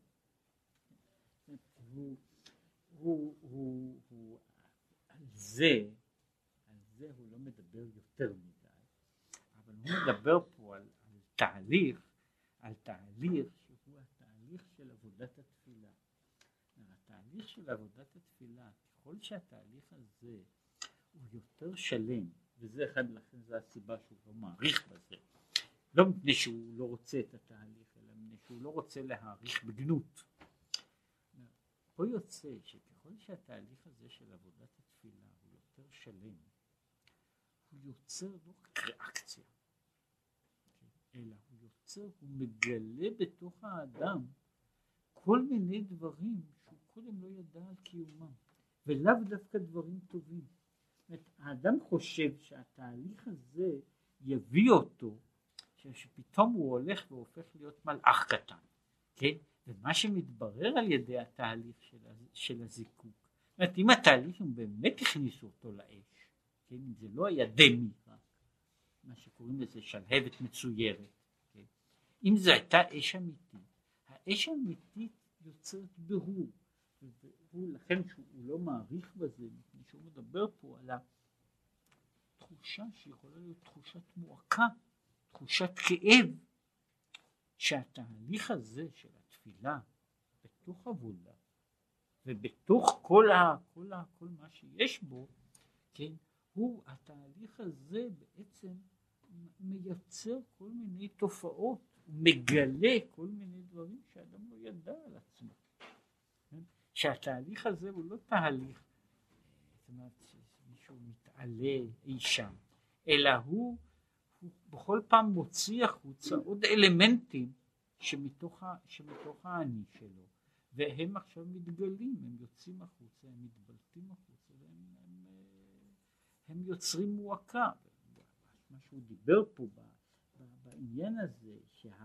על זה הוא לא מדבר יותר מדי, אבל הוא מדבר פה על תהליך שהוא התהליך של עבודת התפילה. התהליך של עבודת התפילה, ככל שהתהליך הזה הוא יותר שלם, וזה אחד, לכן זה הסיבה שהוא לא מעריך בזה, לא מפני שהוא לא רוצה את התהליך, אלא מפני שהוא לא רוצה להעריך בגנות. פה יוצא שככל שהתהליך הזה של עבודת התפילה הוא יותר שלם, הוא יוצר לא רק ריאקציה, אלא הוא מגלה בתוך האדם כל מיני דברים שהוא קודם לא ידע על קיומם, ולאו דווקא דברים טובים. האדם חושב שהתהליך הזה יביא אותו, שפתאום הוא הולך והופך להיות מלאך קטן, כן? ומה שמתברר על ידי התהליך של הזיקוק, זאת אומרת, אם התהליך הם באמת הכניסו אותו לאש, כן? אם זה לא היה דמי, מה שקוראים לזה שלהבת מצוירת, כן? אם זו הייתה אש אמיתית, האש האמיתית יוצרת ברור, לכן שהוא לא מעריך בזה, שהוא מדבר פה על התחושה שיכולה להיות תחושת מועקה, תחושת כאב, שהתהליך הזה של התפילה בתוך עבודה ובתוך כל מה שיש בו, כן, הוא התהליך הזה בעצם מייצר כל מיני תופעות, הוא מגלה כל מיני דברים שאדם לא ידע על עצמו, כן? שהתהליך הזה הוא לא תהליך, זאת אומרת שמישהו מתעלה אי שם, אלא הוא בכל פעם מוציא החוצה עוד אלמנטים שמתוך האני שלו, והם עכשיו מתגלים, הם יוצאים החוצה, הם מתבלטים החוצה, הם יוצרים מועקה. מה שהוא דיבר פה בעניין הזה,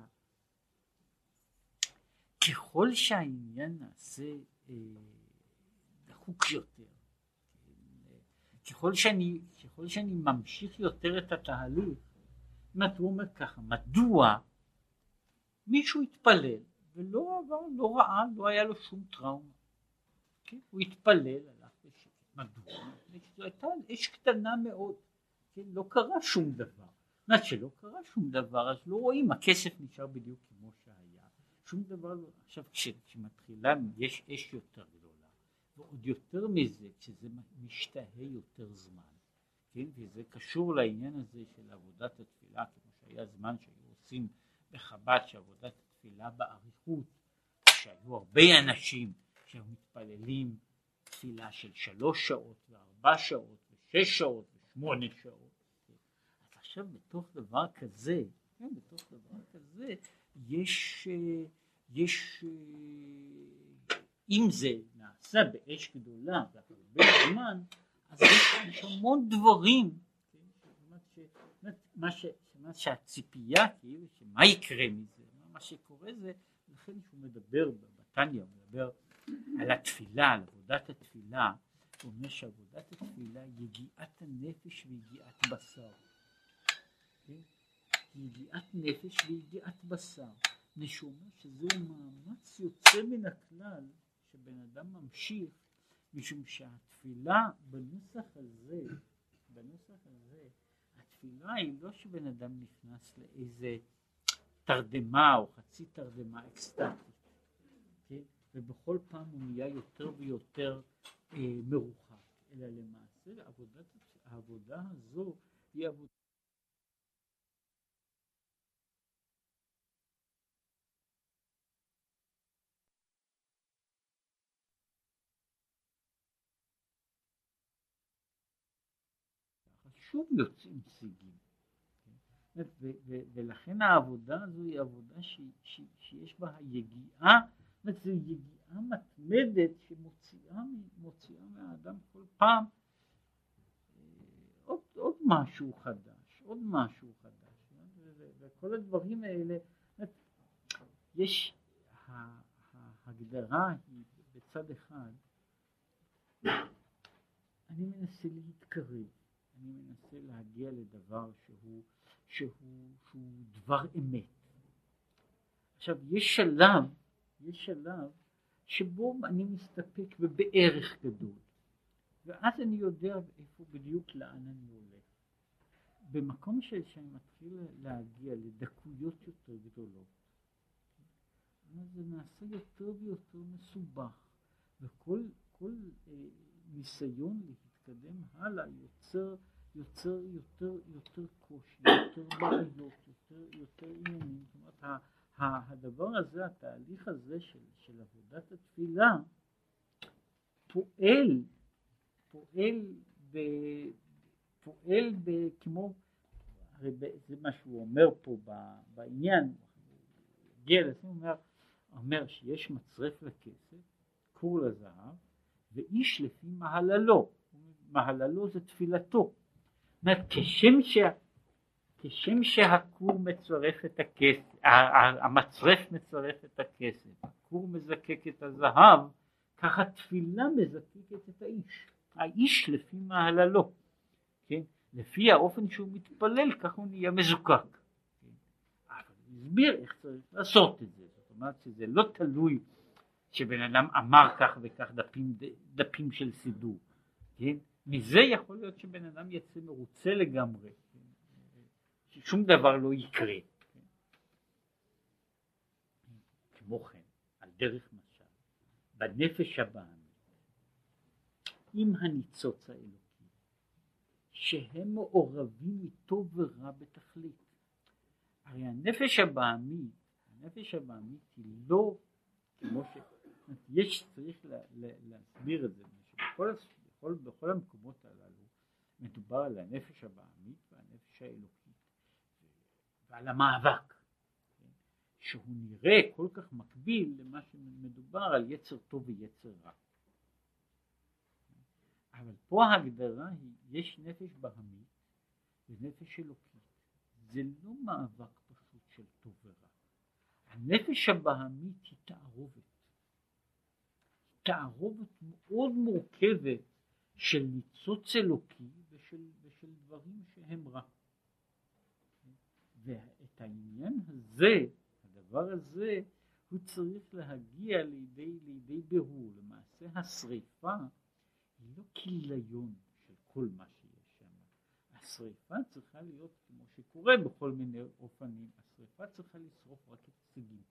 ככל שהעניין נעשה דחוק יותר, ככל שאני ממשיך יותר את התהליך, הוא אומר ככה, מדוע מישהו התפלל ולא עבר, לא ראה, לא היה לו שום טראומה, כן? הוא התפלל, הלך בשקט, מדוע? זו הייתה אש קטנה מאוד, כן? לא קרה שום דבר, מה שלא קרה שום דבר אז לא רואים, הכסף נשאר בדיוק כמו שהיה, שום דבר לא. עכשיו כשמתחילה יש אש יותר גדולה, ועוד יותר מזה, כשזה משתהה יותר זמן, כן? וזה קשור לעניין הזה של עבודת התפילה, כמו שהיה זמן שהיו עושים בחב"ד, שעבודת התפילה באריכות, שהיו הרבה אנשים שהיו מתפללים תפילה של 3 שעות ו4 שעות ו6 שעות ו8 שעות. כן? אז עכשיו בתוך דבר כזה, כן? בתוך דבר כזה יש אם זה נעשה באש גדולה והרבה זמן, אז יש המון דברים, מה שהציפייה כאילו שמה יקרה מזה, מה שקורה זה, לכן שהוא מדבר בתניא, הוא מדבר על התפילה, על עבודת התפילה, הוא אומר שעבודת התפילה יגיעת הנפש ויגיעת בשר, כן? יגיעת נפש ויגיעת בשר, נשומע שזהו מאמץ יוצא מן הכלל שבן אדם ממשיך, משום שהתפילה בנוסח הזה, התפילה היא לא שבן אדם נכנס לאיזה תרדמה או חצי תרדמה אקסטטית, כן? ובכל פעם הוא נהיה יותר ויותר מרוחק, אלא למעשה העבודה הזו היא עבודה שוב יוצאים סיגים, ולכן העבודה הזו היא עבודה שיש בה היגיעה, זו יגיעה מתמדת שמוציאה מהאדם כל פעם עוד משהו חדש, וכל הדברים האלה, יש ההגדרה היא בצד אחד, אני מנסה להתקרב, אני מנסה להגיע לדבר שהוא דבר אמת. עכשיו יש שלב שבו אני מסתפק בערך גדול, ואז אני יודע איפה בדיוק לאן אני הולך. במקום שאני מתחיל להגיע לדקויות יותר גדולות, אז זה נעשה יותר ויותר מסובך, וכל ניסיון להתקדם הלאה יוצר יותר קושי, יותר בעיות, יותר עניינים. זאת אומרת, הדבר הזה, התהליך הזה של עבודת התפילה פועל כמו, הרי זה מה שהוא אומר פה בעניין, הוא אומר שיש מצרף לכסף, כור לזהב, ואיש לפי מהללו זה תפילתו. כשם שהכור מצרף את הכסף, המצרף מצרף את הכסף, הכור מזקק את הזהב, ככה תפילה מזקקת את האיש לפי מהללו, כן? לפי האופן שהוא מתפלל, כך הוא נהיה מזוקק. כן? אבל הוא הסביר איך צריך לעשות את זה, זאת אומרת שזה לא תלוי שבן אדם אמר כך וכך דפים של סידור, כן? מזה יכול להיות שבן אדם יצא מרוצה לגמרי, כן? ששום דבר לא יקרה. כן? כמו כן, על דרך משל, בנפש הבאמית, עם הניצוץ האלוקי, שהם מעורבים מטוב ורע בתכלית. הרי הנפש הבאמית היא לא כמו יש צריך להסביר את זה, בכל המקומות הללו מדובר על הנפש הבאמית והנפש האלוקית ועל המאבק, שהוא נראה כל כך מקביל למה שמדובר על יצר טוב ויצר רע. אבל פה ההגדרה היא, יש נפש בהמית ונפש אלוקית. זה לא מאבק פשוט של טוב ורע. הנפש הבהמית היא תערובת מאוד מורכבת של ניצוץ אלוקי ושל דברים שהם רע. ואת העניין הזה, הדבר הזה, הוא צריך להגיע לידי בירור. למעשה השריפה היא לא כיליון של כל מה שיש שם. השריפה צריכה להיות, כמו שקורה בכל מיני אופנים, השריפה צריכה לשרוף רק את הצגים.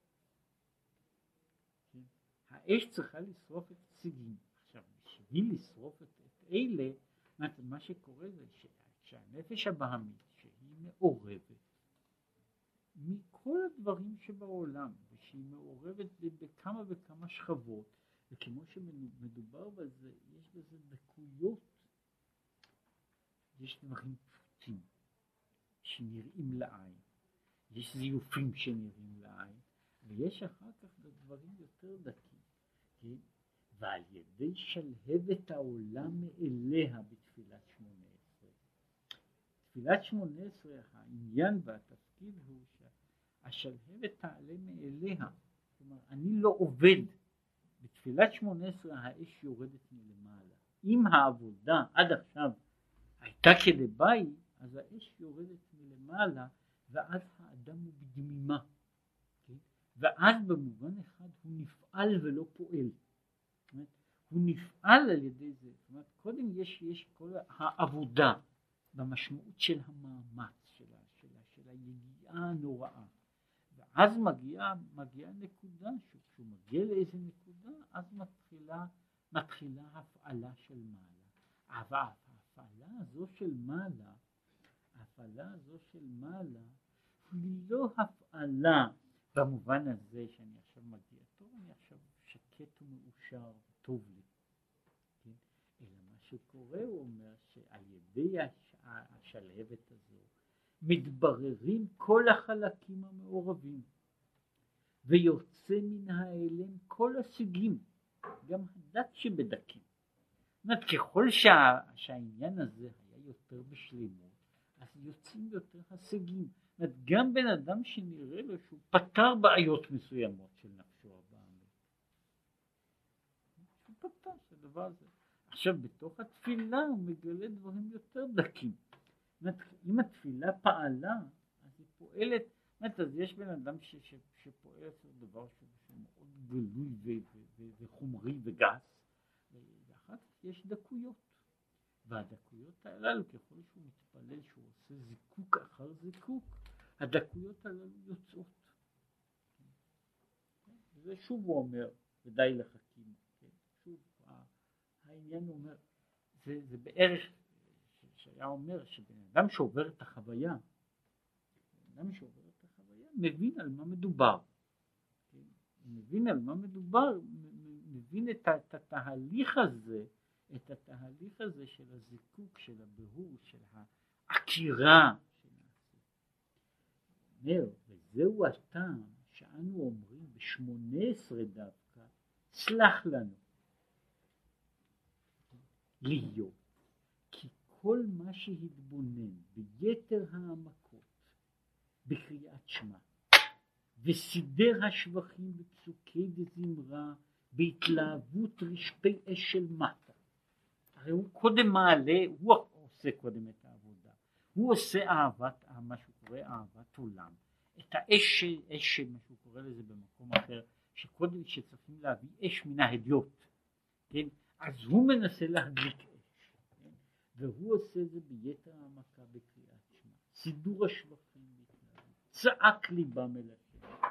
האש צריכה לשרוף את הצגים. עכשיו, בשביל לשרוף את אלה, מה שקורה זה שהנפש הבהמית, שהיא מעורבת מכל הדברים שבעולם, ושהיא מעורבת בכמה וכמה שכבות, וכמו שמדובר בזה, יש בזה דקויות, יש דברים פשוטים שנראים לעין, יש זיופים שנראים לעין, ויש אחר כך דברים יותר דקים, כן? ועל ידי שלהבת העולם מאליה בתפילת 18. תפילת 18, העניין והתפקיד הוא שהשלהבת תעלה מאליה. כלומר, אני לא עובד. בתפילת 18 האש יורדת מלמעלה. אם העבודה עד עכשיו הייתה כדבעי, אז האש יורדת מלמעלה, ואז האדם הוא בדמימה. כן? ואז במובן אחד הוא נפעל ולא פועל. הוא נפעל על ידי זה. זאת אומרת, קודם יש כל העבודה במשמעות של המאמץ, של היגיעה הנוראה. ואז מגיעה נקודה, כשהוא מגיע לאיזה נקודה, אז מתחילה הפעלה של מעלה. אבל ההפעלה הזו של מעלה, היא לא הפעלה במובן הזה שאני עכשיו מגיע טוב, אני עכשיו שקט ומאושר, טוב לי. כן? אלא מה שקורה, הוא אומר, שעל ידי השלהבת הזו, מתבררים כל החלקים המעורבים, ויוצא מן האלם כל הסגים, גם הדק שבדקים. זאת אומרת, ככל שהעניין הזה היה יותר בשלימות, אז יוצאים יותר הסגים. זאת אומרת, גם בן אדם שנראה לו שהוא פתר בעיות מסוימות של נפשו הבאמת. הוא פתר את הדבר הזה. עכשיו, בתוך התפילה הוא מגלה דברים יותר דקים. אם התפילה פעלה, אז היא פועלת, אז יש בן אדם שפועל את דבר שהוא מאוד גלוי וחומרי וגס, ואחר כך יש דקויות, והדקויות הללו, ככל שהוא מתפלל, שהוא עושה זיקוק אחר זיקוק, הדקויות הללו יוצאות. וזה שוב הוא אומר, ודי לחכים, שוב העניין הוא אומר, זה בערך, שהיה אומר שבן אדם שעובר את החוויה, מבין על מה מדובר. מבין על מה מדובר, מבין את התהליך הזה של הזיקוק, של הבירור, של העקירה. וזהו הטעם שאנו אומרים ב18 דווקא, סלח לנו. להיות. כי כל מה שהתבונן ביתר העמקות בקריאת שמע וסידר השבחים בפסוקי דזמרה בהתלהבות רשפי אש של מטה, הרי הוא קודם מעלה, הוא עושה קודם את העבודה, הוא עושה אהבת, מה שהוא קורא אהבת עולם, את האש, מה שהוא קורא לזה במקום אחר, שקודם שצריכים להביא אש מן ההדיוט, כן? אז הוא מנסה להדליק אש, כן? והוא עושה זה ביתר העמקה בקריאת שמע, סידור השבחים בהתלהבות, צעק ליבם אל השם,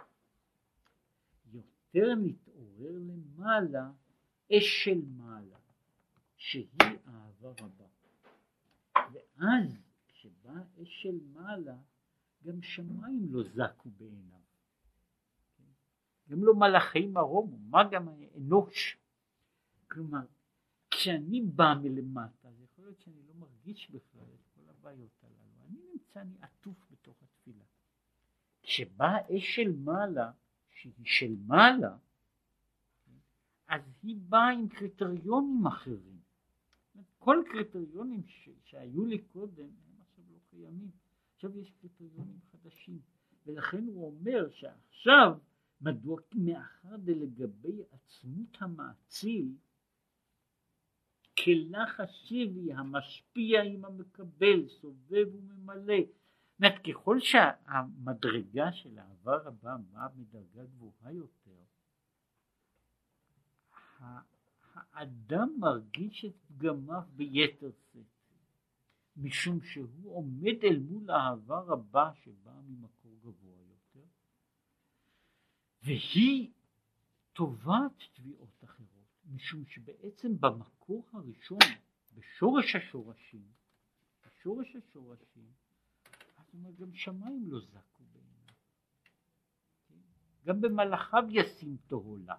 יותר מתעורר למעלה אש של מעלה, שהיא אהבה רבה. ואז כשבאה אש של מעלה, גם שמיים לא זקו בעיניו, גם לא מלאכי מרום, מה גם האנוש. כלומר, כשאני בא מלמטה, אז יכול להיות שאני לא מרגיש בכלל את כל הבעיות הללו, אני עטוף בתוך התפילה. כשבאה אש של מעלה, שהיא של מעלה, אז היא באה עם קריטריונים אחרים. כל קריטריונים שהיו לי קודם, הם עכשיו לא קיימים. עכשיו יש קריטריונים חדשים. ולכן הוא אומר שעכשיו, מדוע מאחר דלגבי עצמות המאציל, כלחש שבי המשפיע עם המקבל, סובב וממלא. זאת אומרת, ככל שהמדרגה של העבר הבא באה מדרגה גבוהה יותר, האדם מרגיש את פגמיו ביתר שאת, משום שהוא עומד אל מול העבר הבא שבא ממקור גבוה יותר, והיא תובעת תביעות אחרות, משום שבעצם במקור הראשון, בשורש השורשים, זאת אומרת, גם שמיים לא זקו בעיניו, גם במלאכיו ישים תהולה.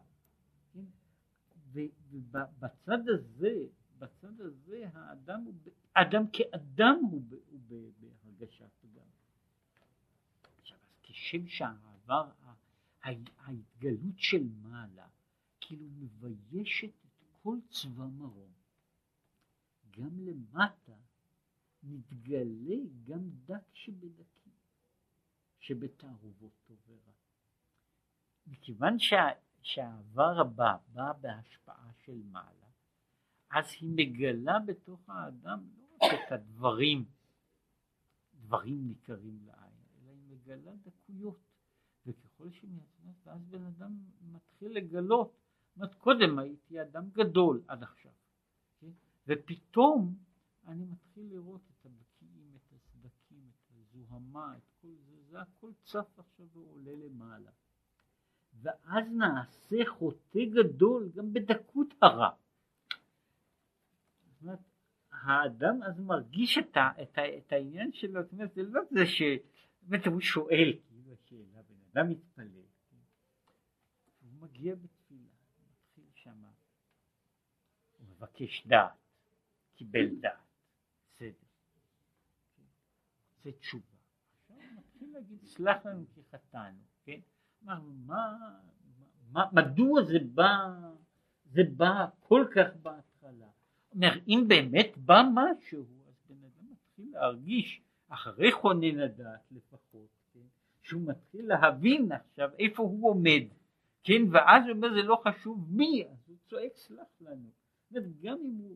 ובצד הזה האדם כאדם הוא בהרגשת פגם. עכשיו, אז כשם שהעבר, ההתגלות של מעלה כאילו מביישת את כל צבא מרום, גם למטה מתגלה גם דק שבדקים, שבתערובות טוב ורע. מכיוון שהעבר הבא בא בהשפעה של מעלה, אז היא מגלה בתוך האדם לא רק את הדברים ניכרים לעין, אלא היא מגלה דקויות, וככל שמייצנת, ואז בן אדם מתחיל לגלות, קודם הייתי אדם גדול עד עכשיו, ופתאום אני מתחיל לראות את הבקיעים, את הסדקים, את הזוהמה, את כל זה הכל צף עכשיו ועולה למעלה. ואז נעשה חוטא גדול גם בדקות הרע. זאת אומרת, האדם אז מרגיש את העניין שלו, זאת אומרת, זה לא זה באמת הוא שואל, כאילו השאלה, בן אדם מתפלל, הוא מגיע בתפילה, הוא מתחיל שמה, הוא מבקש דעת, קיבל דעת, סדר, זה תשובה. עכשיו הוא מתחיל להגיד, סלח לנו כי חטאנו, כן? מדוע זה בא כל כך בהתחלה? אומר, אם באמת בא משהו, אז בן אדם מתחיל להרגיש, אחרי חונן הדעת לפחות, כן? שהוא מתחיל להבין עכשיו איפה הוא עומד, כן? ואז הוא אומר, זה לא חשוב מי, אז הוא צועק סלח לנו. זאת אומרת, גם אם הוא,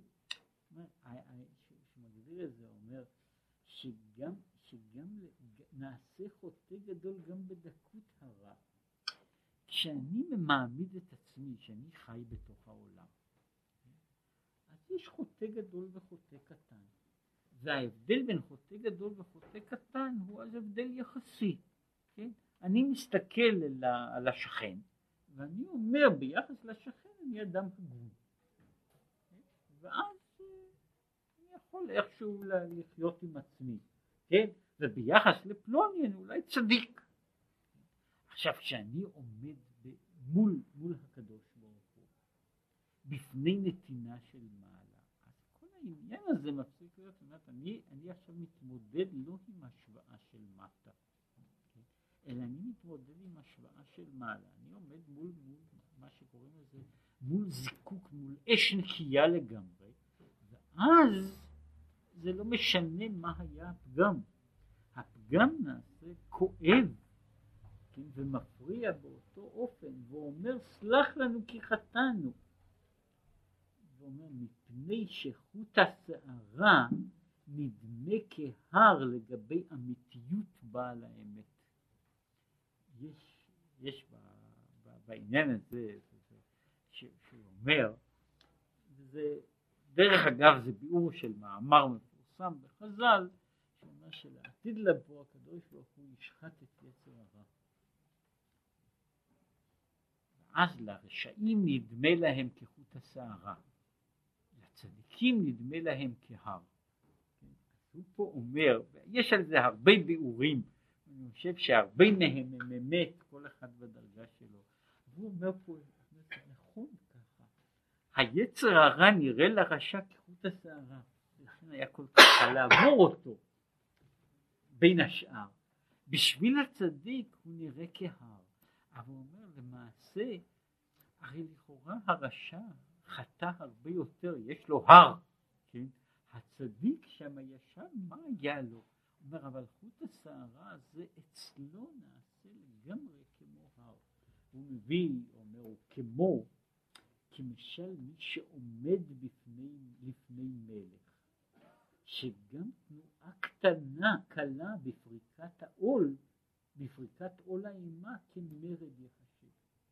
שמגדיר את זה, אומר, שגם נעשה חוטא גדול גם בדקות הרע. כשאני מעמיד את עצמי, שאני חי בתוך העולם, אז יש חוטא גדול וחוטא קטן. וההבדל בין חוטא גדול וחוטא קטן הוא אז הבדל יחסי. כן? אני מסתכל על השכן, ואני אומר ביחס לשכן אני אדם הגון. ואז אני יכול איכשהו לחיות עם עצמי. כן? וביחס לפלוני אני אולי צדיק. עכשיו, כשאני עומד מול הקדוש ברוך הוא, בפני נתינה של מעלה, אז כל העניין הזה מפסיק להיות, אני עכשיו מתמודד לא עם השוואה של מטה, אלא אני מתמודד עם השוואה של מעלה. אני עומד מול מה שקוראים לזה, מול זיקוק, מול אש נקייה לגמרי, ואז זה לא משנה מה היה הפגם. הפגם נעשה כואב, ומפריע באותו אופן, ואומר סלח לנו כי חטאנו. ואומר מפני שחוט השערה נדמה כהר לגבי אמיתיות בעל האמת. יש בעניין הזה שאומר, דרך אגב זה ביאור של מאמר מפורסם בחז"ל, שאומר שלעתיד לבוא הקדוש ברוך הוא ישחט את יצר הרע. אז לרשעים נדמה להם כחוט השערה, לצדיקים נדמה להם כהר. הוא פה אומר, יש על זה הרבה ביאורים, אני חושב שהרבה מהם הם אמת, כל אחד בדרגה שלו. והוא אומר פה, נכון ככה, היצר הרע נראה לרשע כחוט השערה, לכן היה כל כך קל לעבור אותו בין השאר. בשביל הצדיק הוא נראה כהר. אבל הוא אומר, למעשה, הרי לכאורה הרשע חטא הרבה יותר, יש לו הר, כן? הצדיק שם ישב, מה היה לו? הוא אומר, אבל חוט השערה הזה אצלו נעשה לגמרי כמו הר. הוא מביא, אומר, הוא כמו, כמשל מי שעומד לפני מלך, שגם תנועה קטנה, קלה בפריקת עול האימה כמרד יחשב.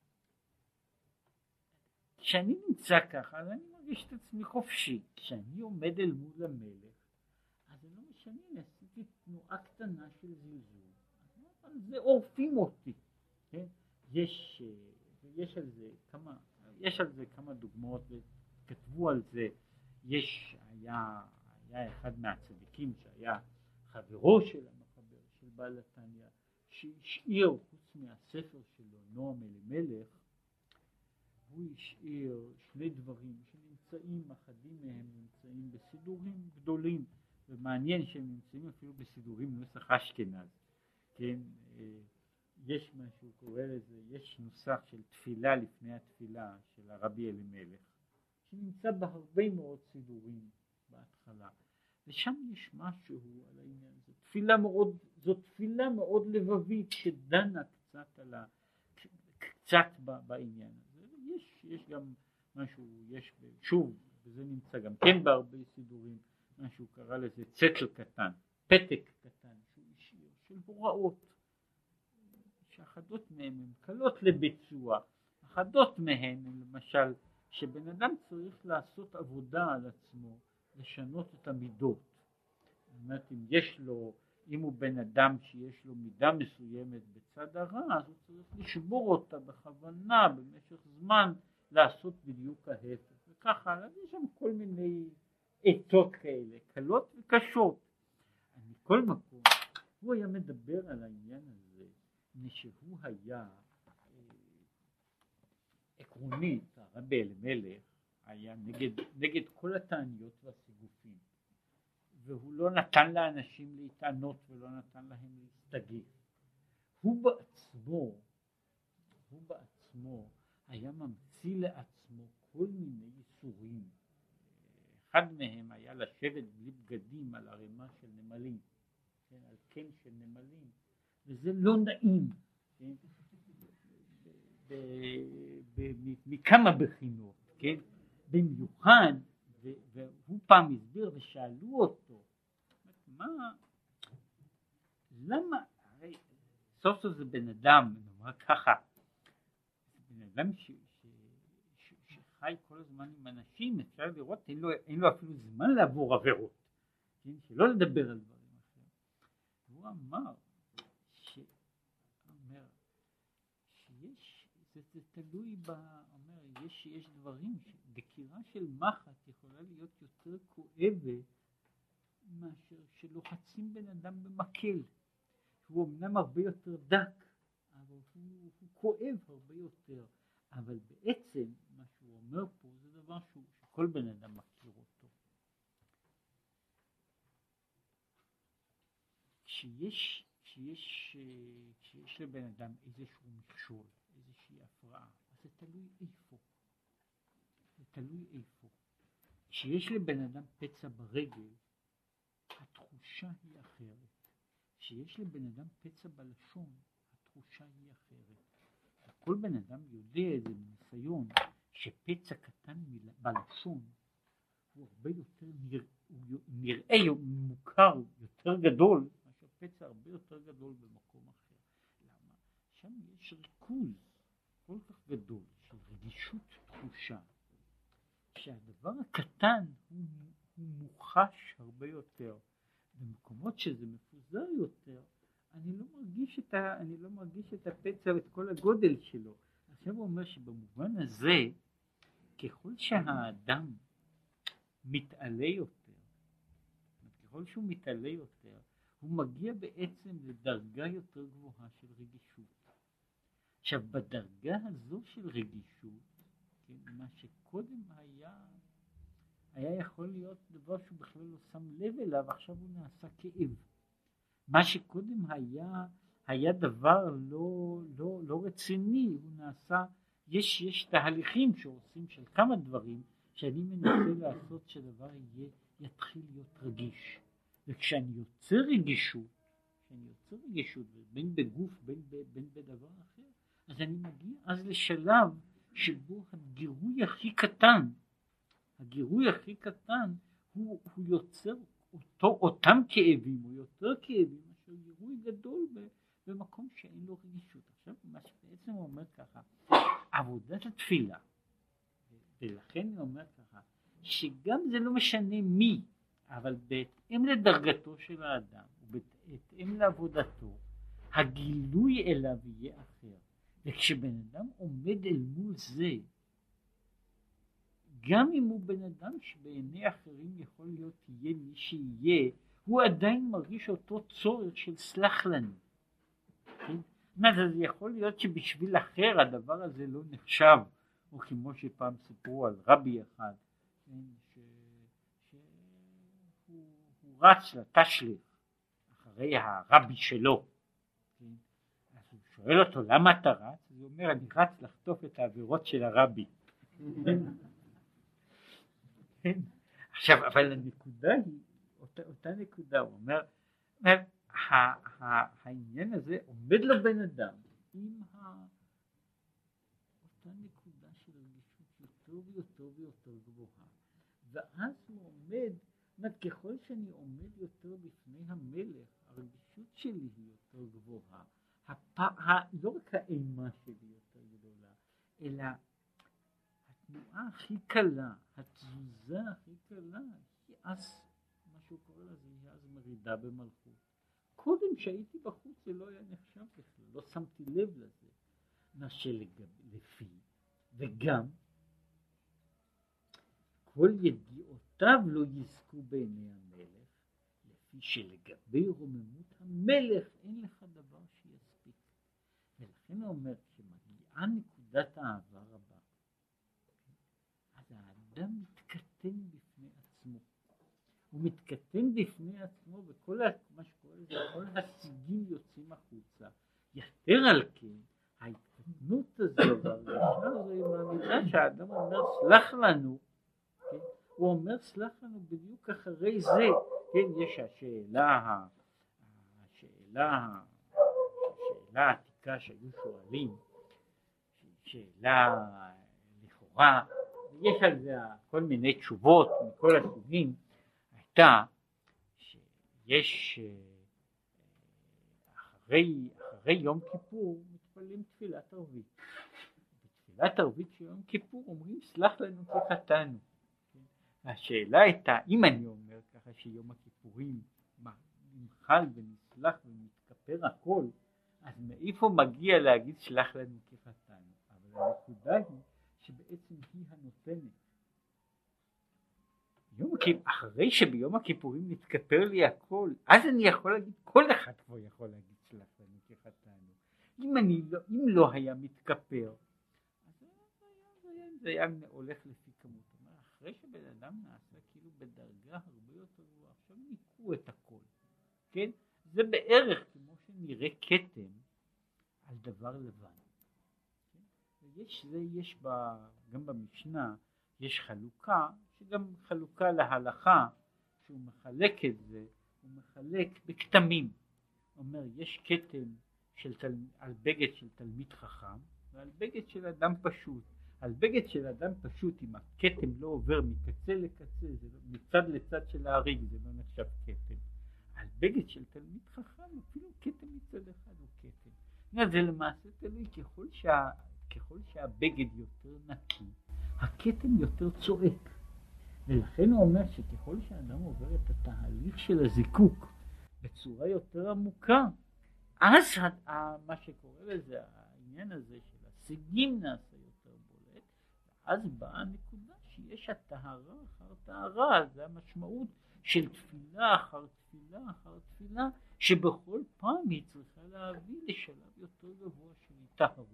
כשאני נמצא ככה, אז אני מרגיש את עצמי חופשי. כשאני עומד אל מול המלך, אז זה לא משנה, עשיתי תנועה קטנה של זלזול, אבל זה עורפים אותי. כן? יש על זה כמה דוגמאות, וכתבו על זה. היה אחד מהצדיקים שהיה חברו של המחבר של בעל התניא, שהשאיר חוץ מהספר שלו נועם אלימלך, הוא השאיר שני דברים שנמצאים, אחדים מהם נמצאים בסידורים גדולים, ומעניין שהם נמצאים אפילו בסידורים נוסח אשכנז. כן, יש מה שהוא קורא לזה, יש נוסח של תפילה לפני התפילה של הרבי אלימלך, שנמצא בהרבה מאוד סידורים בהתחלה, ושם יש משהו על העניין הזה. זו תפילה מאוד לבבית שדנה קצת בעניין הזה. יש גם משהו, שוב, וזה נמצא גם כן בהרבה סידורים, משהו קרא לזה צטל קטן, פתק קטן, שהוא השאיר של הוראות, שאחדות מהן הן קלות לביצוע, אחדות מהן הן למשל שבן אדם צריך לעשות עבודה על עצמו, לשנות את המידות. זאת אומרת, אם הוא בן אדם שיש לו מידה מסוימת בצד הרע, אז הוא צריך לשבור אותה בכוונה במשך זמן, לעשות בדיוק ההפך וככה. יש שם כל מיני עצות כאלה, קלות וקשות. מכל מקום הוא היה מדבר על העניין הזה, שהוא היה עקרונית, הרבי אלימלך היה נגד כל התעניות והסיגופים, והוא לא נתן לאנשים להתענות ולא נתן להם להסתגף. הוא בעצמו היה ממציא לעצמו כל מיני ייסורים. אחד מהם היה לשבת בלי בגדים על ערימה של נמלים, כן, על קן של נמלים, וזה לא נעים, כן? מכמה בחינות, כן? במיוחד, והוא פעם הסביר ושאלו אותו, למה, הרי סוף סוף זה בן אדם, נאמר ככה, בן אדם שחי כל הזמן עם אנשים, אפשר לראות, אין לו אפילו זמן לעבור עבירות, כן? שלא לדבר על דברים אחרים. הוא אמר, זה תלוי יש דברים, דקירה של מחט יכולה להיות יותר כואבת מאשר שלוחצים בן אדם במקל. הוא אמנם הרבה יותר דק, אבל הוא כואב הרבה יותר. אבל בעצם מה שהוא אומר פה זה דבר שכל בן אדם מכיר אותו. כשיש לבן אדם איזשהו מכשול, איזושהי הפרעה, אז זה תלוי איפה. כשיש לבן אדם פצע ברגל, התחושה היא אחרת. כשיש לבן אדם פצע בלשון, התחושה היא אחרת. כל בן אדם יודע את זה מניסיון, שפצע קטן בלשון הוא הרבה יותר נראה מוכר, יותר גדול, מאשר פצע הרבה יותר גדול במקום אחר. למה? שם יש ריכוז כל כך גדול של רגישות תחושה, שהדבר הקטן הוא מוחש הרבה יותר. במקומות שזה מפוזר יותר, אני לא מרגיש את הפצע ואת כל הגודל שלו. עכשיו הוא אומר שבמובן הזה, ככל שהאדם מתעלה יותר, ככל שהוא מתעלה יותר, הוא מגיע בעצם לדרגה יותר גבוהה של רגישות. עכשיו בדרגה הזו של רגישות, כן, מה שקודם היה יכול להיות דבר שהוא בכלל לא שם לב אליו, עכשיו הוא נעשה כאב. מה שקודם היה דבר לא רציני, הוא נעשה, יש תהליכים שעושים של כמה דברים, שאני מנסה לעשות שדבר יתחיל להיות רגיש. וכשאני יוצר רגישות, בין בגוף בין בדבר אחר, אז אני מגיע אז לשלב שבו הגירוי הכי קטן הוא יוצר אותם כאבים, או יותר כאבים, מאשר גירוי גדול במקום שאין לו רגישות. עכשיו מה שבעצם הוא אומר ככה, עבודת התפילה, ולכן הוא אומר ככה, שגם זה לא משנה מי, אבל בהתאם לדרגתו של האדם, ובהתאם לעבודתו, הגילוי אליו יהיה אחר. וכשבן אדם עומד אל מול זה, גם אם הוא בן אדם שבעיני אחרים יכול להיות יהיה מי שיהיה, הוא עדיין מרגיש אותו צורך של סלח לנו. כן? אז יכול להיות שבשביל אחר הדבר הזה לא נחשב, או כמו שפעם סיפרו על רבי אחד, כן? שהוא רץ לתשליך אחרי הרבי שלו. כן? אז הוא שואל אותו, למה אתה רץ? הוא אומר, אני רץ לחטוף את העבירות של הרבי. עכשיו, אבל הנקודה היא אותה נקודה. הוא אומר, העניין הזה עומד לבן אדם עם אותה נקודה של רגישות יותר ויותר ויותר גבוהה, ואז הוא עומד, ככל שאני עומד יותר בפני המלך, הרגישות שלי היא יותר גבוהה, לא רק האימה שלי יותר גדולה, אלא התנועה הכי קלה, התזוזה הכי קלה, היא אז, מה שהוא קורא לזה, היא אז מרידה במלכות. קודם שהייתי בחוץ זה לא היה נחשב בכלל, לא שמתי לב לזה, מה שלפי, וגם כל ידיעותיו לא יזכו בעיני המלך, לפי שלגבי רוממות המלך אין לך דבר שיספיק. ולכן הוא אומר, שמגיעה נקודת האהבה רבה, אז האדם מתקטן בפני עצמו. הוא מתקטן בפני עצמו, וכל מה שקורה לזה, כל השיגים יוצאים החוצה. יתר על כן, ההתקטנות הזו, והרגשה הזו היא מעמידה שהאדם אומר, סלח לנו, כן? הוא אומר, סלח לנו בדיוק אחרי זה, כן? יש השאלה העתיקה שהיו שואלים, שאלה לכאורה, יש על זה כל מיני תשובות מכל הסוגים, הייתה שיש אחרי יום כיפור מתפללים תפילת ערבית. בתפילת ערבית של יום כיפור אומרים סלח לנו כי חטאנו. והשאלה הייתה, אם אני אומר ככה שיום הכיפורים נמחל ונסלח ומתכפר הכל, אז מאיפה מגיע להגיד סלח לנו כי חטאנו? אבל הנקודה היא שבעצם היא הנותנת. אחרי שביום הכיפורים מתכפר לי הכל, אז אני יכול להגיד, כל אחד כבר יכול להגיד סלח לנו כי חטאנו. אם לא היה מתכפר, אז זה היה הולך לפי כמות. אחרי שבן אדם נעשה כאילו בדרגה הרבה יותר גבוהה, עכשיו ניקו את הכל, כן? זה בערך כמו שנראה כתם על דבר לבן. יש גם במשנה, יש חלוקה, שגם חלוקה להלכה, שהוא מחלק את זה, הוא מחלק בכתמים. הוא אומר, יש כתם על בגד של תלמיד חכם, ועל בגד של אדם פשוט. על בגד של אדם פשוט, אם הכתם לא עובר מקצה לקצה, מצד לצד של ההריג, זה לא נחשב כתם. על בגד של תלמיד חכם, אפילו כתם מצד אחד הוא כתם. זה למעשה תלוי, ככל שהבגד יותר נקי, הכתם יותר צועק. ולכן הוא אומר שככל שהאדם עובר את התהליך של הזיקוק בצורה יותר עמוקה, אז מה שקורה לזה, העניין הזה של השיגים נעשה יותר בולט, ואז באה הנקודה שיש הטהרה אחר טהרה, זה המשמעות של תפילה אחר תפילה אחר תפילה, שבכל פעם היא צריכה להביא לשלב יותר גבוה של טהרה.